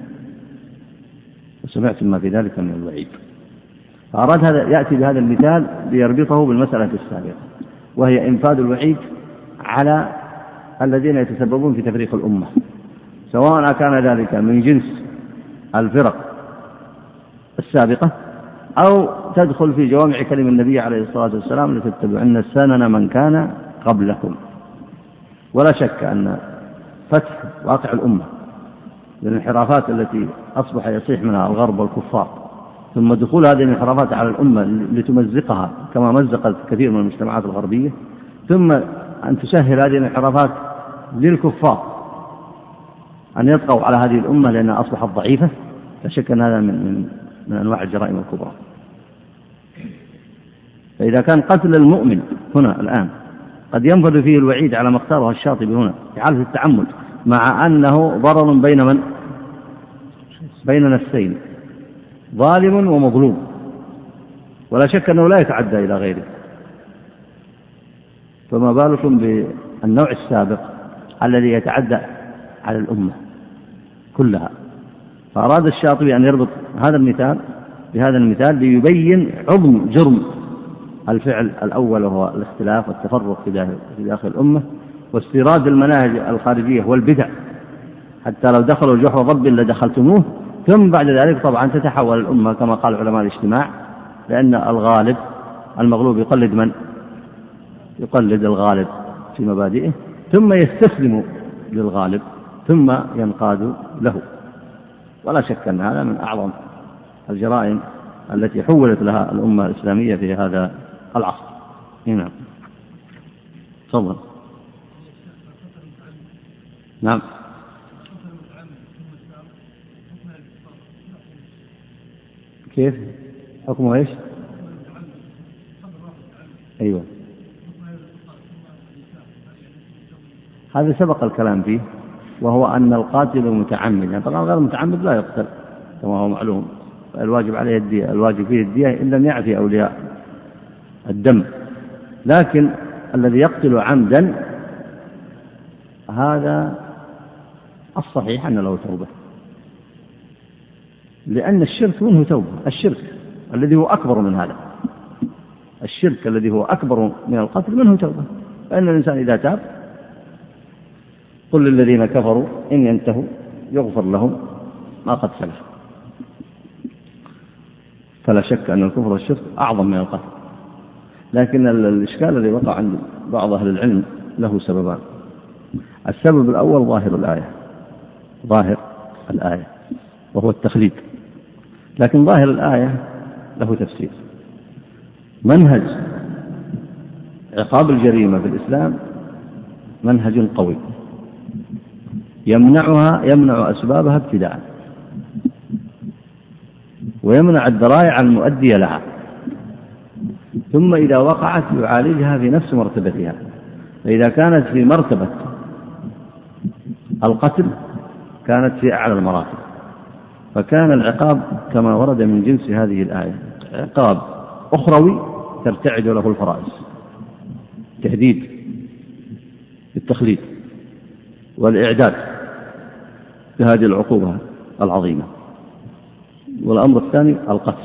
وسمعتم ما في ذلك من الوعيد. فأراد هذا يأتي بهذا المثال ليربطه بالمسألة السابقة، وهي إنفاذ الوعيد على الذين يتسببون في تفريق الأمة، سواء كان ذلك من جنس الفرق السابقة أو تدخل في جوامع كلم النبي عليه الصلاة والسلام لتتبعن سنن من كان قبلكم. ولا شك أن فتح واقع الأمة للانحرافات التي أصبح يصيح منها الغرب والكفار، ثم دخول هذه الانحرافات على الأمة لتمزقها كما مزقت كثير من المجتمعات الغربية، ثم أن تسهل هذه الانحرافات للكفار أن يطغوا على هذه الأمة لأنها أصبحت ضعيفة، لا شك أن هذا من, من, من أنواع الجرائم الكبرى. فإذا كان قتل المؤمن هنا الآن قد ينفذ فيه الوعيد على ما اختاره الشاطبي هنا في حالة التعمد، مع أنه ضرر بين من؟ بين نفسين، ظالم ومظلوم، ولا شك أنه لا يتعدى إلى غيره، فما بالكم بالنوع السابق الذي يتعدى على الأمة كلها. فأراد الشاطبي أن يربط هذا المثال بهذا المثال ليبين عظم جرم الفعل الأول، وهو الاختلاف والتفرق في داخل الأمة واستيراد المناهج الخارجية والبدع، حتى لو دخلوا جحر ضب لدخلتموه، ثم بعد ذلك طبعا تتحول الأمة كما قال علماء الاجتماع، لأن الغالب المغلوب يقلد من؟ يقلد الغالب في مبادئه، ثم يستسلم للغالب ثم ينقاد له. ولا شك أن هذا من أعظم الجرائم التي حولت لها الأمة الإسلامية في هذا العصر. نعم تفضل. نعم كيف حكمه ايش؟ ايوه هذا سبق الكلام فيه، وهو أن القاتل متعمد، يعني طبعا غير متعمد لا يقتل كما هو معلوم، الواجب عليه الدية، الواجب فيه الدية إن لم يعفي أولياء الدم، لكن الذي يقتل عمدا هذا الصحيح أن له توبة، لأن الشرك منه توبة، الشرك الذي هو أكبر من هذا، الشرك الذي هو أكبر من القتل منه توبة، فإن الإنسان إذا تاب قل للذين كفروا إن ينتهوا يغفر لهم ما قد سلف. فلا شك أن الكفر والشرك أعظم من القتل، لكن الإشكال الذي وقع عند بعض أهل العلم له سببان. السبب الأول ظاهر الآية، ظاهر الآية وهو التخليد، لكن ظاهر الآية له تفسير. منهج عقاب الجريمة في الإسلام منهج قوي يمنعها يمنع أسبابها ابتداء، ويمنع الذرائع المؤدية لها، ثم إذا وقعت يعالجها في نفس مرتبتها. فإذا كانت في مرتبة القتل كانت في أعلى المراتب، فكان العقاب كما ورد من جنس هذه الآية عقاب أخروي ترتعد له الفرائض، تهديد بالتخليد والإعداد بهذه العقوبة العظيمة. والأمر الثاني القتل.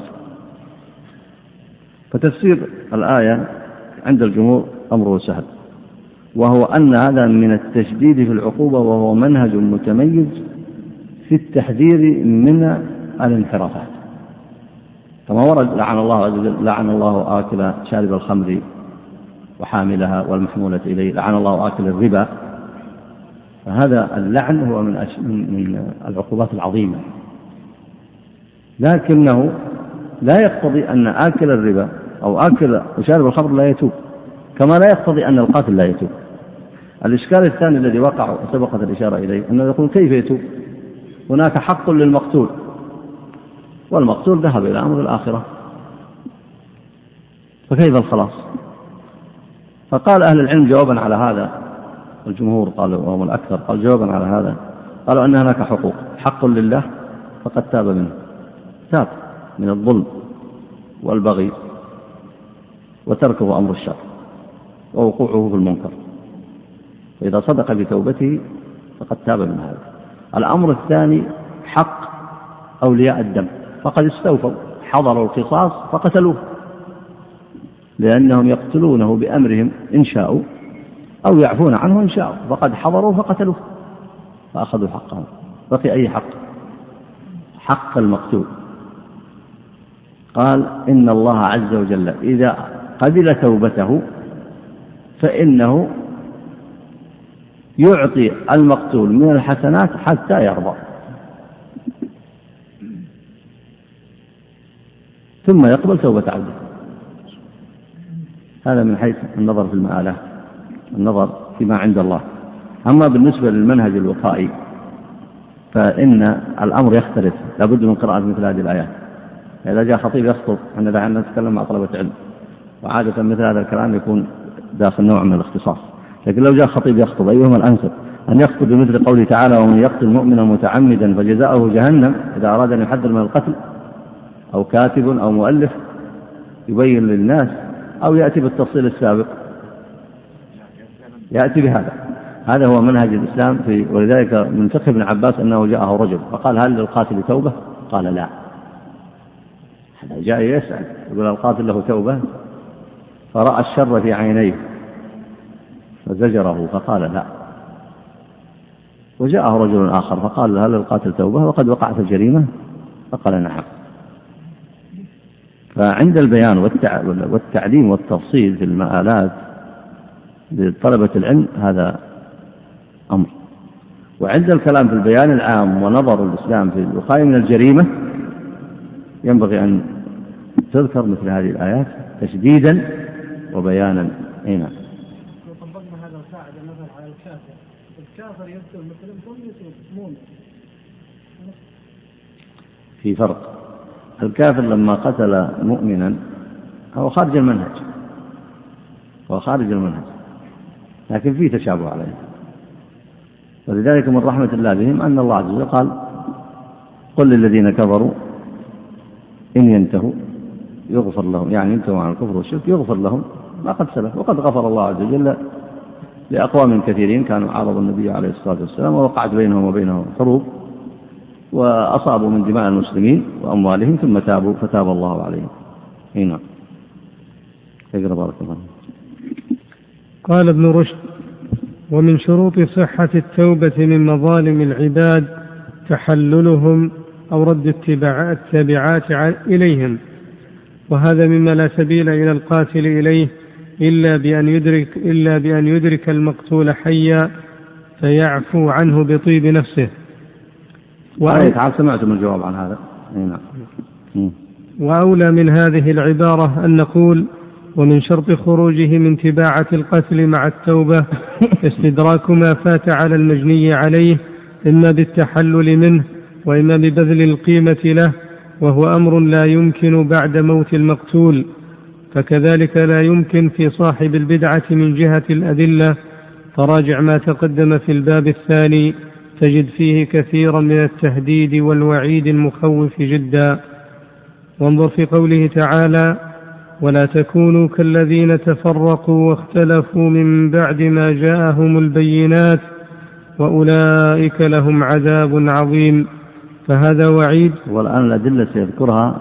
فتفسير الآية عند الجمهور أمره سهل، وهو أن هذا من التشديد في العقوبة، وهو منهج متميز في التحذير من الانحرافات. كما ورد لعن الله عز وجل لعن الله آكل شارب الخمر وحاملها والمحمولة إليه، لعن الله آكل الربا. فهذا اللعن هو من, أش... من العقوبات العظيمة، لكنه لا يقتضي أن آكل الربا أو آكل وشارب الخمر لا يتوب، كما لا يقتضي أن القاتل لا يتوب. الإشكال الثاني الذي وقع وسبقت الإشارة إليه أنه يقول كيف يتوب؟ هناك حق للمقتول، والمقتول ذهب إلى أمر الآخرة، فكيف الخلاص؟ فقال أهل العلم جوابا على هذا، الجمهور قالوا وهم الأكثر قال جوابا على هذا، قالوا أن هناك حقوق، حق لله فقد تاب منه، تاب من الظلم والبغي وتركه أمر الشر ووقوعه في المنكر، فإذا صدق بتوبته فقد تاب من هذا. الأمر الثاني حق أولياء الدم، فقد استوفوا حضروا القصاص فقتلوه، لأنهم يقتلونه بأمرهم إن شاءوا أو يعفون عنه إن شاءوا، فقد حضروا فقتلوه فأخذوا حقهم. بقي أي حق؟ حق المقتول. قال إن الله عز وجل إذا قبل توبته فإنه يعطي المقتول من الحسنات حتى يرضى، ثم يقبل توبة عبده. هذا من حيث النظر في المآلات، النظر فيما عند الله. أما بالنسبة للمنهج الوقائي فإن الأمر يختلف، لابد من قراءة مثل هذه الآيات. إذا جاء خطيب يخطب، احنا دعنا نتكلم مع طلبة علم، وعادة مثل هذا الكلام يكون داخل نوع من الاختصاص، لكن لو جاء خطيب يخطب أيهما الأنسب؟ أن يخطب بمثل قوله تعالى ومن يقتل مؤمنا متعمدا فجزاؤه جهنم إذا أراد أن يحذر من القتل، أو كاتب أو مؤلف يبين للناس، أو يأتي بالتفصيل السابق، يأتي بهذا. هذا هو منهج الإسلام في، ولذلك من فقه ابن عباس أنه جاءه رجل فقال هل للقاتل توبة؟ قال لا. هذا جاء يسأل يقول القاتل له توبة، فرأى الشر في عينيه فزجره فقال لا. وجاءه رجل آخر فقال هل للقاتل توبة وقد وقعت الجريمة؟ فقال نعم. فعند البيان والتعليم والتفصيل في المآلات لطلبة العلم هذا أمر، وعند الكلام في البيان العام ونظر الإسلام في الوقاية من الجريمة ينبغي أن تذكر مثل هذه الآيات تشديدا وبيانا. هنا لو طبقنا هذا القاعدة مثلا على الكافر، الكافر يقتل مسلم ثم يصير مؤمن، في فرق. الكافر لما قتل مؤمنا هو خارج المنهج، هو خارج المنهج، لكن فيه تشابه عليه. ولذلك من رحمة الله بهم أن الله عز وجل قال قل للذين كفروا إن ينتهوا يغفر لهم، يعني ينتهوا عن الكفر والشرك يغفر لهم ما قد سلف، وقد غفر الله عز وجل لأقوام كثيرين كانوا عارضوا النبي عليه الصلاة والسلام ووقعت بينهم وبينهم حروب وأصابوا من دماء المسلمين وأموالهم ثم تابوا فتاب الله عليهم. هنا اقرأ بارك الله. قال ابن رشد ومن شروط صحة التوبة من مظالم العباد تحللهم أو رد التبعات إليهم، وهذا مما لا سبيل إلى القاتل إليه إلا بأن يدرك, إلا بأن يدرك المقتول حيا فيعفو عنه بطيب نفسه. تعال سمعتم الجواب عن هذا. وأولى من هذه العبارة أن نقول ومن شرط خروجه من تباعة القتل مع التوبة استدراك ما فات على المجني عليه إما بالتحلل منه وإما ببذل القيمة له، وهو أمر لا يمكن بعد موت المقتول، فكذلك لا يمكن في صاحب البدعة من جهة الأدلة، فراجع ما تقدم في الباب الثاني تجد فيه كثيرا من التهديد والوعيد المخوف جدا. وانظر في قوله تعالى ولا تكونوا كالذين تفرقوا واختلفوا من بعد ما جاءهم البينات وأولئك لهم عذاب عظيم، فهذا وعيد. والآن الأدلة سيذكرها،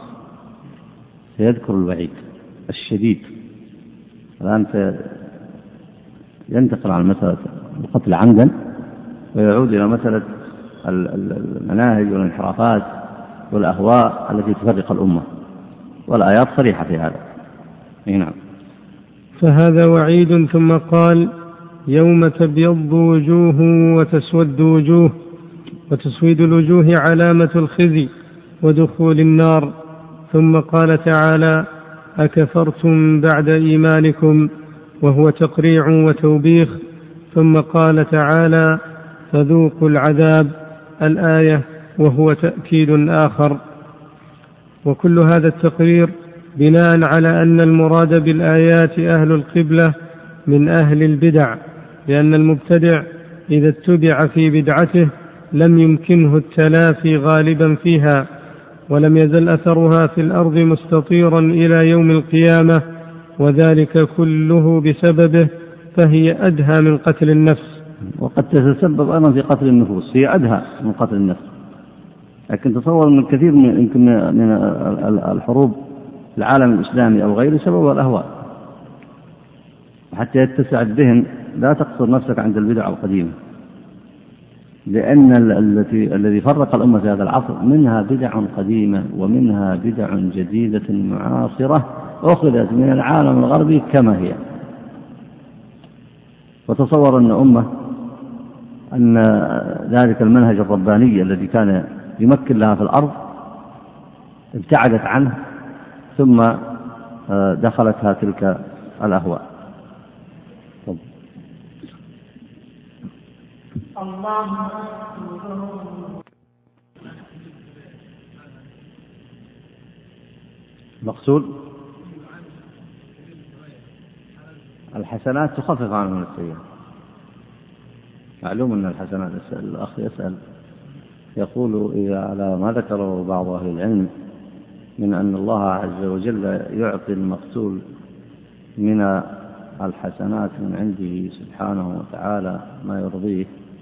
سيذكر الوعيد الشديد. الآن ينتقل عن مسألة القتل عمدا ويعود إلى مسألة المناهج والانحرافات والأهواء التي تفرق الأمة. والآيات صريحة في هذا. نعم. فهذا وعيد. ثم قال: يوم تبيض وجوه وتسود وجوه، وتسود الوجوه علامة الخزي ودخول النار. ثم قال تعالى: أكفرتم بعد إيمانكم، وهو تقريع وتوبيخ. ثم قال تعالى: فذوقوا العذاب، الآية، وهو تأكيد آخر. وكل هذا التقرير بناء على أن المراد بالآيات أهل القبلة من أهل البدع، لأن المبتدع إذا اتبع في بدعته لم يمكنه التلافي غالبا فيها، ولم يزل أثرها في الأرض مستطيرا إلى يوم القيامة، وذلك كله بسببه، فهي أدهى من قتل النفس. وقد تتسبب أيضا في قتل النفوس، هي أدهى من قتل النفس. لكن تصور من الكثير من من الحروب في العالم الإسلامي أو غيره سببها الأهواء، حتى يتسع الذهن. لا تقصر نفسك عند البدع القديمة، لأن التي الذي فرق الأمة في هذا العصر منها بدع قديمة ومنها بدع جديدة معاصرة أخذت من العالم الغربي كما هي. وتصور أن أمة أن ذلك المنهج الرباني الذي كان يمكن لها في الأرض ابتعدت عنه، ثم دخلتها تلك الأهواء. مقصود الحسنات تخفف عنهم السيئات. معلوم أن الحسنات، الأخ يسأل يقول إذا على ما ذكره بعض أهل العلم من أن الله عز وجل يعطي المقتول من الحسنات من عنده سبحانه وتعالى ما يرضيه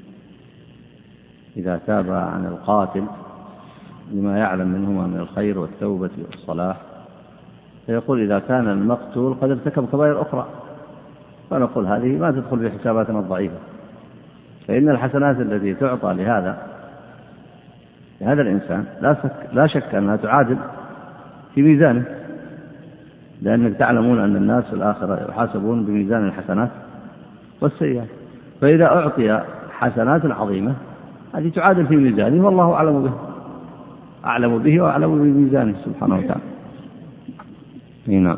إذا تاب عن القاتل لما يعلم منهما من الخير والتوبة والصلاح، فيقول إذا كان المقتول قد ارتكب كبائر أخرى فنقول هذه ما تدخل في حساباتنا الضعيفة، فإن الحسنات التي تعطى لهذا لهذا الإنسان لا شك, لا شك أنها تعادل في ميزانه، لأنك تعلمون أن الناس في الآخرة يحاسبون بميزان الحسنات والسيئات، فإذا أعطي حسنات عظيمة هذه تعادل في ميزانه، والله أعلم به أعلم به وأعلم بميزانه سبحانه وتعالى. نعم.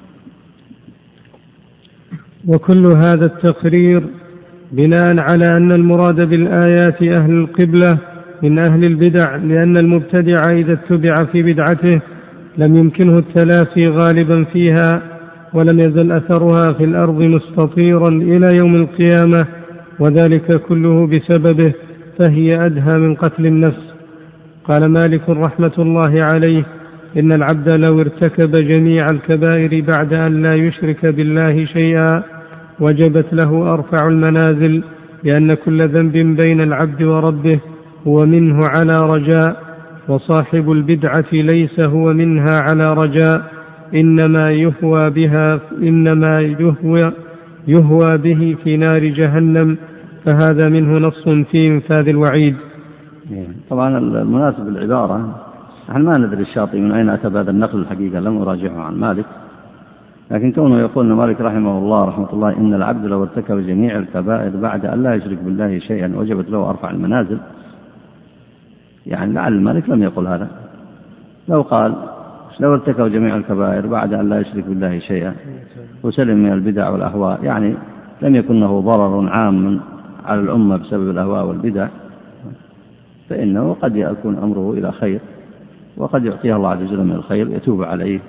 وكل هذا التقرير بناء على أن المراد بالآيات أهل القبلة من أهل البدع، لأن المبتدع إذا اتبع في بدعته لم يمكنه التلافي غالبا فيها، ولم يزل أثرها في الأرض مستطيرا إلى يوم القيامة، وذلك كله بسببه، فهي أدهى من قتل النفس. قال مالك رحمة الله عليه: إن العبد لو ارتكب جميع الكبائر بعد أن لا يشرك بالله شيئا وجبت له أرفع المنازل، لأن كل ذنب بين العبد وربه هو منه على رجاء، وصاحب البدعة ليس هو منها على رجاء، إنما يهوى بها إنما يهوى, يهوى به في نار جهنم، فهذا منه نص في انفاذ الوعيد. طبعا المناسب العبارة، نحن ما ندري الشاطئ من أين أتى بهذا النقل، الحقيقة لم أراجعه عن مالك، لكن كونه يقول مالك رحمه الله رحمة الله إن العبد لو ارتكب جميع الكبائر بعد أن لا يشرك بالله شيئا وجبت له أرفع المنازل، يعني لعل المالك لم يقل هذا. لو قال لو ارتكب جميع الكبائر بعد أن لا يشرك بالله شيئا وسلم من البدع والأهواء، يعني لم يكن له ضرر عام على الأمة بسبب الأهواء والبدع، فإنه قد يكون أمره إلى خير، وقد يعطيه الله عز وجل من الخير يتوب عليه،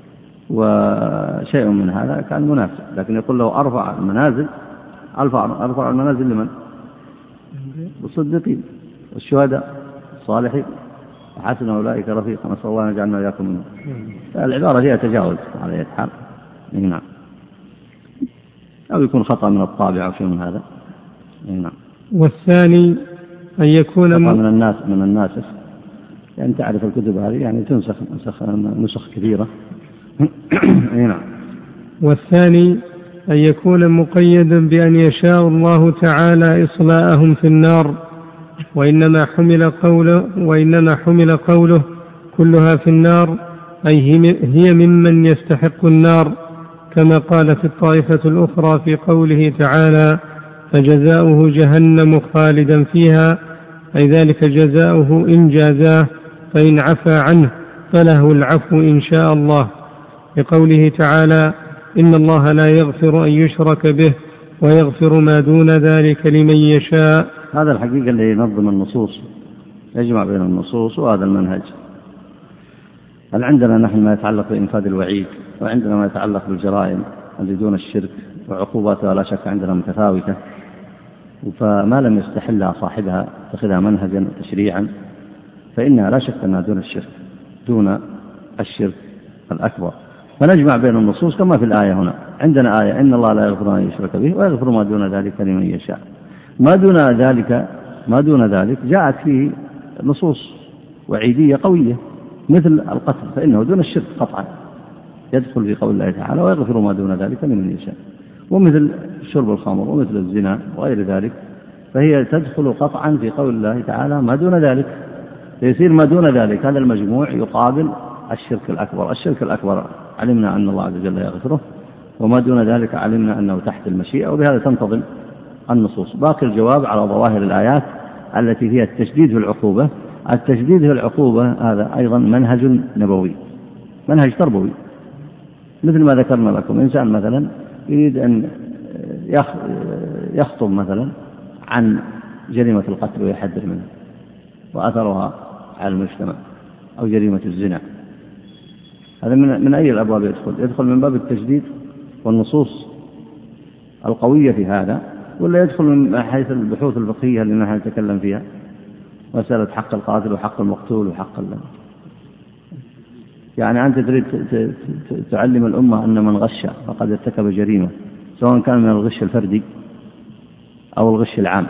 وشيء من هذا كان مناسب. لكن يقول له أرفع المنازل، أرفع, أرفع المنازل لمن؟ بالصديقين والشهداء الصالحين وحسن أولئك رفيقا، نسأل الله أن يجعلنا إياكم منهم. العبارة فيها تجاوز على أي حال. نعم. أو يكون خطأ من الطابع أو شيء من هذا. نعم. والثاني أن يكون من الناس من الناس يعني تعرف الكتب هذه يعني تنسخ نسخ نسخ كثيرة. نعم. والثاني أن يكون مقيدا بأن يشاء الله تعالى إصلاءهم في النار، وإنما حمل قوله وإنما حمل قوله كلها في النار أي هي ممن يستحق النار، كما قال في الطائفة الأخرى في قوله تعالى فجزاؤه جهنم خالدا فيها، أي ذلك جزاؤه إن جازاه، فإن عفا عنه فله العفو إن شاء الله، لقوله تعالى إن الله لا يغفر أن يشرك به ويغفر ما دون ذلك لمن يشاء. هذا الحقيقة اللي ينظم النصوص، يجمع بين النصوص، وهذا المنهج. هل عندنا نحن ما يتعلق بإنفاذ الوعيد، وعندنا ما يتعلق بالجرائم التي دون الشرك، وعقوباتها لا شك عندنا متفاوتة، فما لم يستحلها صاحبها اتخذها منهجا تشريعا فإنها لا شك أنها دون الشرك، دون الشرك الأكبر. فنجمع بين النصوص كما في الآية هنا. عندنا آية إن الله لا يغفر أن يشرك به ويغفر ما دون ذلك لمن يشاء. ما دون ذلك ما دون ذلك جاءت فيه نصوص وعيدية قوية، مثل القتل فإنه دون الشرك قطعا، يدخل في قول الله تعالى ويغفر ما دون ذلك لمن يشاء، ومثل شرب الخمر ومثل الزنا وغير ذلك، فهي تدخل قطعا في قول الله تعالى ما دون ذلك، فيصير ما دون ذلك هذا المجموع يقابل الشرك الأكبر. الشرك الأكبر علمنا أن الله عز وجل يغفره، وما دون ذلك علمنا أنه تحت المشيئة، وبهذا تنتظم النصوص. باقي الجواب على ظواهر الآيات التي فيها التشديد في العقوبة. التشديد في العقوبة هذا أيضا منهج نبوي، منهج تربوي، مثل ما ذكرنا لكم. إنسان مثلا يريد أن يخطب مثلا عن جريمة القتل ويحذر منها وأثرها على المجتمع، أو جريمة الزنا، هذا من, من أي الأبواب يدخل؟ يدخل من باب التشديد والنصوص القوية في هذا، ولا يدخل من حيث البحوث الفقهية اللي نحن نتكلم فيها، مسألة حق القاتل وحق المقتول وحق الله؟ يعني أنت تريد تعلم الأمة أن من غش فقد ارتكب جريمة، سواء كان من الغش الفردي أو الغش العام.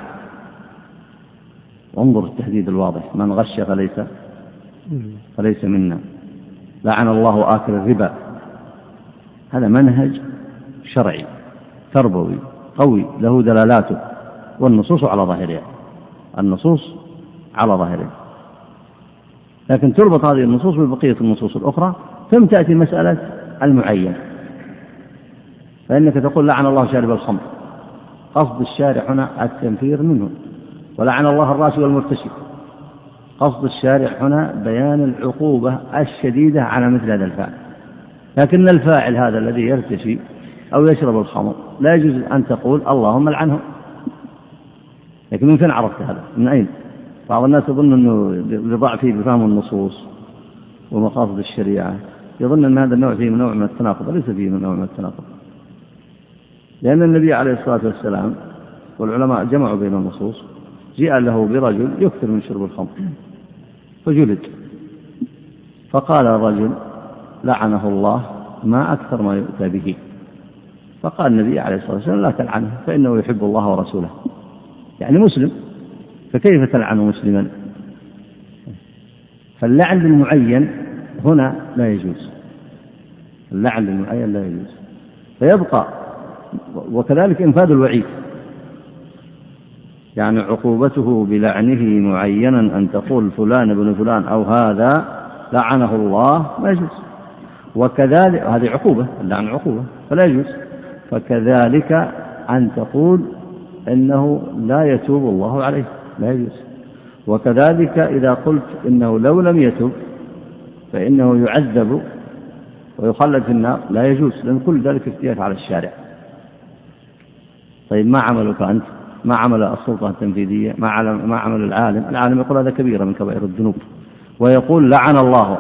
وانظر التهديد الواضح: من غش فليس فليس منا، لعن الله آكل الربا. هذا منهج شرعي تربوي قوي له دلالاته، والنصوص على ظاهرها، النصوص على ظاهرها. لكن تربط هذه النصوص ببقية النصوص الأخرى، ثم تأتي مسألة المعين، فإنك تقول لعن الله شارب الخمر، قصد الشارع هنا التنفير منه، ولعن الله الراشي والمرتشي، قصد الشارع هنا بيان العقوبة الشديدة على مثل هذا الفعل. لكن الفاعل هذا الذي يرتشي أو يشرب الخمر لا يجوز أن تقول اللهم لعنه. لكن من فين عرفت هذا؟ من أين؟ بعض الناس يظن أنه لضعفه بفهم النصوص ومقاصد الشريعة، يظن أن هذا النوع فيه نوع من التناقض. ليس فيه نوع من التناقض، لأن النبي عليه الصلاة والسلام والعلماء جمعوا بين النصوص. جاء له برجل يكثر من شرب الخمر فجلد، فقال الرجل لعنه الله ما أكثر ما يؤتى به. فقال النبي عليه الصلاة والسلام لا تلعنه فإنه يحب الله ورسوله، يعني مسلم، فكيف تلعن مسلما؟ فاللعن للمعين هنا لا يجوز، اللعن للمعين لا يجوز، فيبقى. وكذلك إنفاذ الوعيد، يعني عقوبته بلعنه معينا أن تقول فلان ابن فلان أو هذا لعنه الله ما يجوز. وكذلك هذه عقوبة، اللعن عقوبة فلا يجوز. فكذلك أن تقول إنه لا يتوب الله عليه لا يجوز. وكذلك إذا قلت إنه لو لم يتوب فإنه يعذب ويخلد في النار لا يجوز، لأن كل ذلك افتيات على الشارع. طيب ما عملك أنت؟ ما عمل السلطة التنفيذية؟ ما عمل العالم؟ العالم يقول هذا كبيرة من كبائر الذنوب، ويقول لعن الله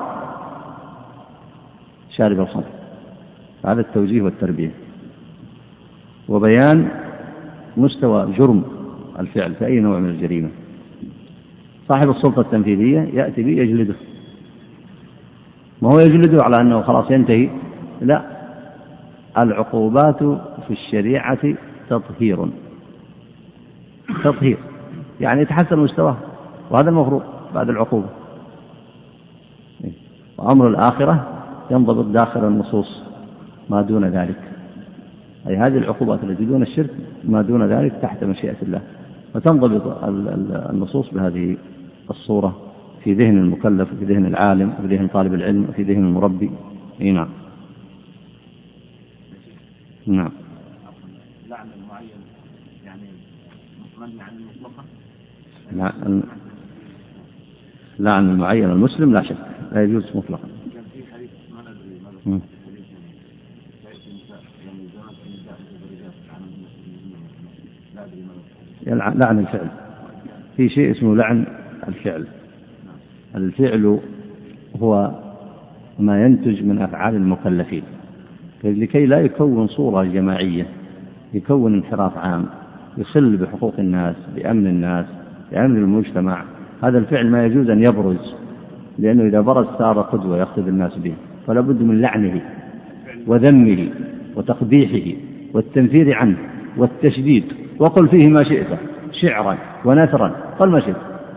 شارب الخمر. هذا التوجيه والتربية وبيان مستوى جرم الفعل في أي نوع من الجريمة. صاحب السلطة التنفيذية يأتي به يجلده، ما هو يجلده على أنه خلاص ينتهي، لا، العقوبات في الشريعة تطهير تطهير يعني يتحسن مستواه، وهذا المفروض بعد العقوبة. وأمر الآخرة ينضبط داخل النصوص ما دون ذلك، أي هذه العقوبات التي دون الشرك ما دون ذلك تحت مشيئة الله، وتنضبط النصوص بهذه الصورة في ذهن المكلف وفي ذهن العالم وفي ذهن طالب العلم وفي ذهن المربي. اي نعم. نعم. لعن المعين يعني منع عن المطلقة. لعن لعن المعين المسلم لا شك لا يجوز مطلقا. كان في حديث ما ندري ماذا لعن الفعل. في شيء اسمه لعن الفعل. الفعل هو ما ينتج من أفعال المكلفين لكي لا يكون صورة جماعية، يكون انحراف عام يخل بحقوق الناس، بأمن الناس، بأمن المجتمع. هذا الفعل ما يجوز أن يبرز، لأنه إذا برز صار قدوة يقتدي الناس به، فلا بد من لعنه وذمه وتقبيحه والتنفير عنه والتشديد، وقل فيه ما شئت شعرا ونثرا، قل ما شئت.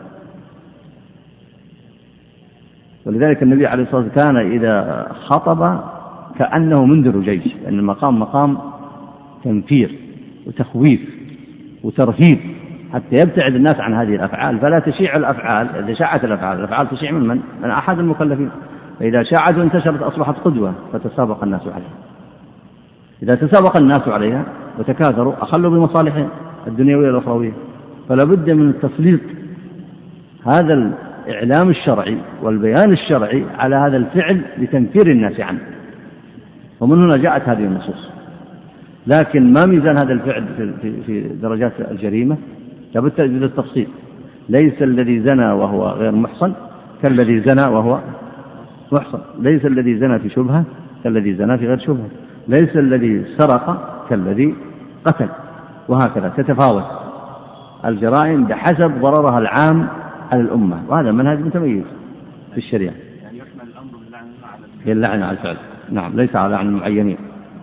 ولذلك النبي عليه الصلاة والسلام كان إذا خطب كأنه منذر جيش، لأن المقام مقام تنفير وتخويف وترهيب حتى يبتعد الناس عن هذه الأفعال، فلا تشيع الأفعال. إذا شاعت الأفعال الأفعال تشيع من من؟ من أحد المكلفين. فإذا شاعت وانتشرت أصبحت قدوة فتسابق الناس عليها. إذا تسابق الناس عليها وتكاثروا أخلوا بمصالحهم الدنيوية والأخروية. فلا بد من تسليط هذا الإعلام الشرعي والبيان الشرعي على هذا الفعل لتنفير الناس عنه، ومن هنا جاءت هذه النصوص. لكن ما ميزان هذا الفعل في, في درجات الجريمة؟ لابد من التفصيل. ليس الذي زنى وهو غير محصن كالذي زنى وهو محصن، ليس الذي زنى في شبهة كالذي زنى في غير شبهة، ليس الذي سرق كالذي قتل، وهكذا تتفاوت الجرائم بحسب ضررها العام على الأمة، وهذا منهج متميز في الشريعة. يعني يحمل الأمر باللعنة على هي اللعنة على الفعل، نعم، ليس على لعن المعينين.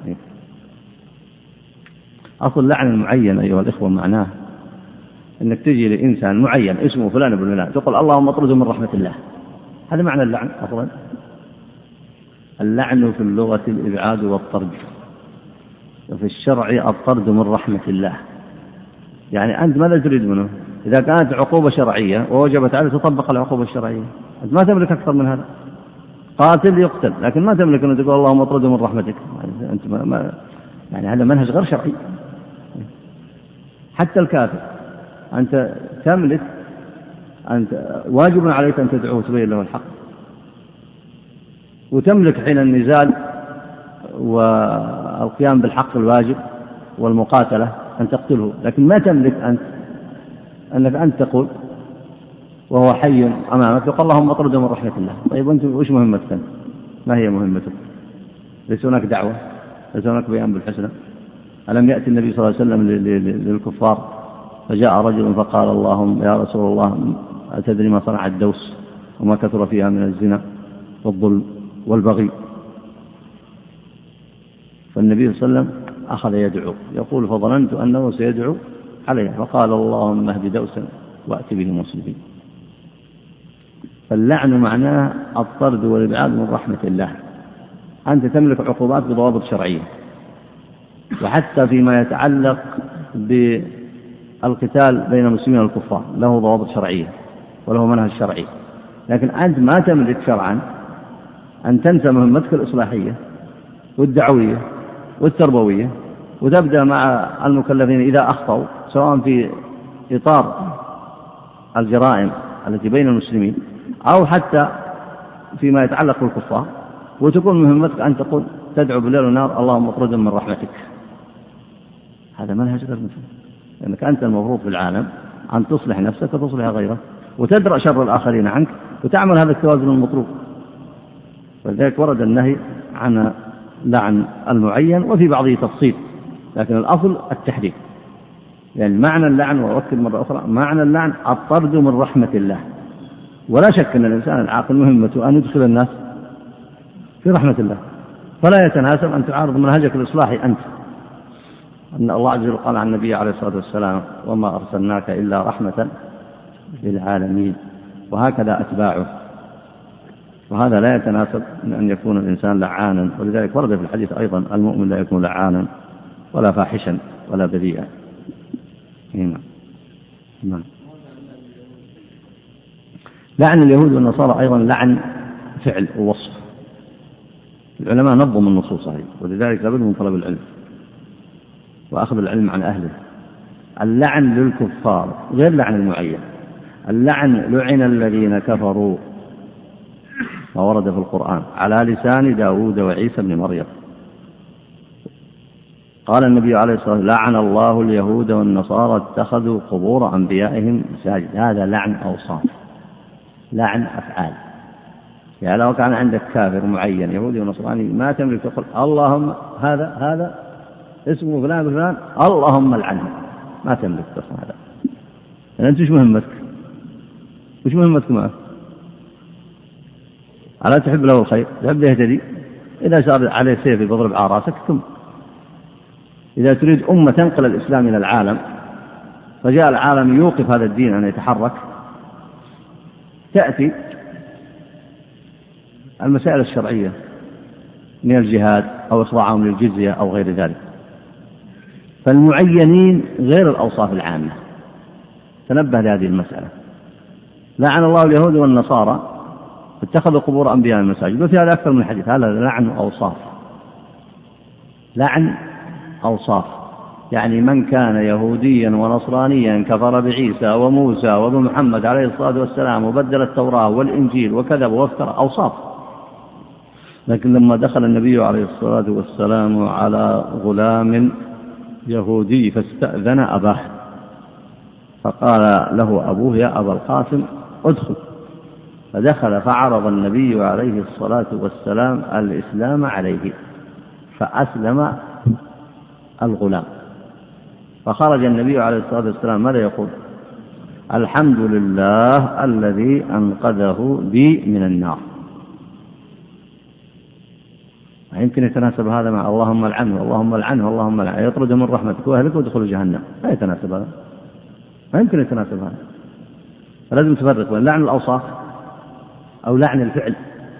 أصل لعن المعين أيها الإخوة معناه أنك تجي لإنسان معين اسمه فلان بن فلان تقول اللهم اطرده من رحمة الله. هذا معنى اللعن أصلا. اللعن في اللغة الإبعاد والطرد، وفي الشرع الطرد من رحمة الله. يعني أنت ماذا تريد منه؟ إذا كانت عقوبة شرعية ووجبت عليه تطبق العقوبة الشرعية. أنت ما تملك أكثر من هذا. قاتل يقتل، لكن ما تملك أن تقول اللهم اطرده من رحمتك. يعني أنت ما ما يعني هذا منهج غير شرعي. حتى الكافر أنت تملك، أنت واجب عليك أن تدعوه تبين له الحق، وتملك حين النزال والقيام بالحق الواجب والمقاتلة أن تقتله، لكن ما تملك أنت أنك أنت تقول وهو حي أمامك يقول اللهم اطرده من رحمة الله. طيب أنت وش مهمتك؟ ما هي مهمتك؟ ليس هناك دعوة، ليس هناك بيان بالحسنى. ألم يأتي النبي صلى الله عليه وسلم للكفار فجاء رجل فقال اللهم يا رسول الله أتدري ما صنع الدوس وما كثر فيها من الزنا والظلم والبغي؟ فالنبي صلى الله عليه وسلم أخذ يدعو يقول فظننت أنه سيدعو عليه، فقال اللهم اهد دوسا وأت به مسلمين. فاللعن معناه الطرد والإبعاد من رحمة الله. أنت تملك عقوبات بضوابط شرعية، وحتى فيما يتعلق بالقتال بين المسلمين والكفار له ضوابط شرعية وله منهج شرعي، لكن أنت ما تملك شرعا أن تنسى مهمتك الإصلاحية والدعوية والتربوية وتبدأ مع المكلفين إذا أخطأوا سواء في إطار الجرائم التي بين المسلمين أو حتى فيما يتعلق بالكفار، وتكون مهمتك أن تقول تدعو بالليل والنهار اللهم اطردهم من رحمتك. هذا منهج غير مسلم، لأنك أنت المفروض في العالم أن تصلح نفسك وتصلح غيرك وتدرأ شر الآخرين عنك وتعمل هذا التوازن المطلوب. ولذلك ورد النهي عن لعن المعين وفي بعضه تفصيل، لكن الأصل التحريم. يعني معنى اللعن، وأؤكد مرة أخرى، معنى اللعن الطرد من رحمة الله. ولا شك أن الإنسان العاقل مهمته أن يدخل الناس في رحمة الله، فلا يتناسب أن تعارض منهجك الإصلاحي أنت. أن الله عز وجل قال عن النبي عليه الصلاة والسلام وما أرسلناك إلا رحمة للعالمين، وهكذا أتباعه. وهذا لا يتناسب من أن يكون الإنسان لعانا. ولذلك ورد في الحديث أيضا المؤمن لا يكون لعانا ولا فاحشا ولا بذيئا. هنا. نعم. لعن اليهود والنصارى أيضا لعن فعل ووصف. العلماء نظموا النصوص هذه، ولذلك لابد من طلب العلم وأخذ العلم عن أهله. اللعن للكفار غير لعن المعين. اللعن لعن الذين كفروا، ما ورد في القرآن على لسان داود وعيسى بن مريم. قال النبي عليه الصلاة والسلام: لعن الله اليهود والنصارى اتخذوا قبور أنبيائهم مساجد. هذا لعن أوصاف، لعن أفعال. يعني لو كان عندك كافر معين يهودي ونصراني ما تملك تقول اللهم هذا هذا اسمه فلان فلان اللهم العنه، ما تملك تقول هذا. أنت وش مهمتك؟ وش مهمتك معه؟ ألا تحب له الخير؟ تحب يهتدي؟ إذا صار عليه سيف يضرب على راسك ثم. إذا تريد أمة تنقل الإسلام إلى العالم فجاء العالم يوقف هذا الدين أن يتحرك، تأتي المسائل الشرعية من الجهاد أو إخضاعهم للجزية أو غير ذلك. فالمعينين غير الأوصاف العامة. تنبه لهذه المسألة. لعن الله اليهود والنصارى اتخذوا قبور أنبياء المساجد، وفي هذا أكثر من حديث. هذا لعن أوصاف، لعن أوصاف. يعني من كان يهوديا ونصرانيا كفر بعيسى وموسى وبمحمد عليه الصلاة والسلام وبدل التوراة والإنجيل وكذب وافترى، أوصاف. لكن لما دخل النبي عليه الصلاة والسلام على غلام يهودي فاستأذن أباه، فقال له أبوه: يا أبا القاسم ادخل. فدخل فعرض النبي عليه الصلاة والسلام الإسلام عليه، فأسلم الغلام. فخرج النبي عليه الصلاة والسلام ماذا يقول؟ الحمد لله الذي أنقذه بي من النار. يمكن يتناسب هذا مع اللهم العنه اللهم العنه اللهم العنه، يطرد من رحمتك وأهلك وادخلوا جهنم. لا يتناسب هذا، ما يمكن يتناسب هذا. فلازم تفرق بين لعن الأوصاف أو لعن الفعل.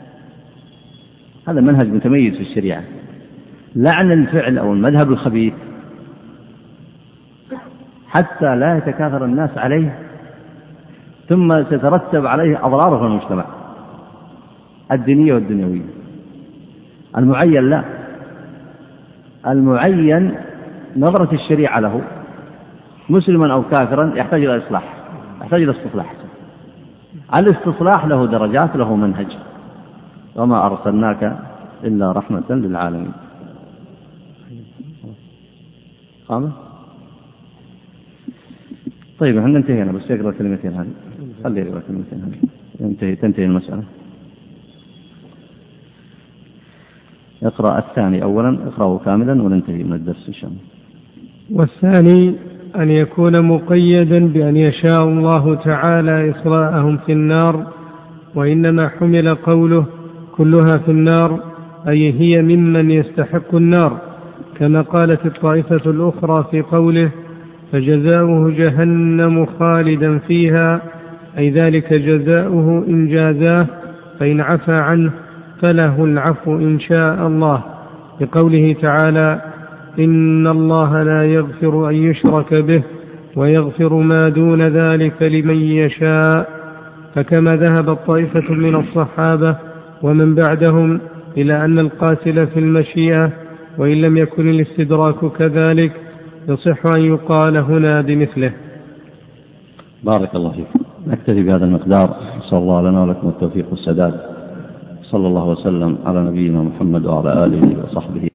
هذا منهج متميز في الشريعة. لعن الفعل أو المذهب الخبيث حتى لا يتكاثر الناس عليه ثم تترتب عليه أضرار في المجتمع الدينية والدنيوية. المعين لا، المعين نظرة الشريعة له مسلما أو كافرا يحتاج إلى إصلاح، يحتاج إلى استصلاح. الاستصلاح له درجات، له منهج. وما أرسلناك إلا رحمة للعالمين. قام؟ طيب احنا انتهينا، بس يقرأ كلمتين هذه، خلي يقرأ كلمتين هذه ينتهي تنتهي المسألة. اقرأ الثاني أولا، اقرأه كاملا وننتهي من الدرس إن شاء الله. والثاني أن يكون مقيدا بأن يشاء الله تعالى إخلاءهم في النار، وإنما حمل قوله كلها في النار أي هي ممن يستحق النار، كما قالت الطائفة الأخرى في قوله فجزاؤه جهنم خالدا فيها، أي ذلك جزاؤه إن جازاه، فإن عفى عنه فله العفو إن شاء الله، بقوله تعالى إن الله لا يغفر أن يشرك به ويغفر ما دون ذلك لمن يشاء. فكما ذهب الطائفة من الصحابة ومن بعدهم إلى أن القاتل في المشيئة، وإن لم يكن الاستدراك كذلك، يصح أن يقال هنا بمثله. بارك الله فيك. نكتفي بهذا المقدار. صلى الله لنا ولكم التوفيق والسداد. صلى الله وسلم على نبينا محمد وعلى آله وصحبه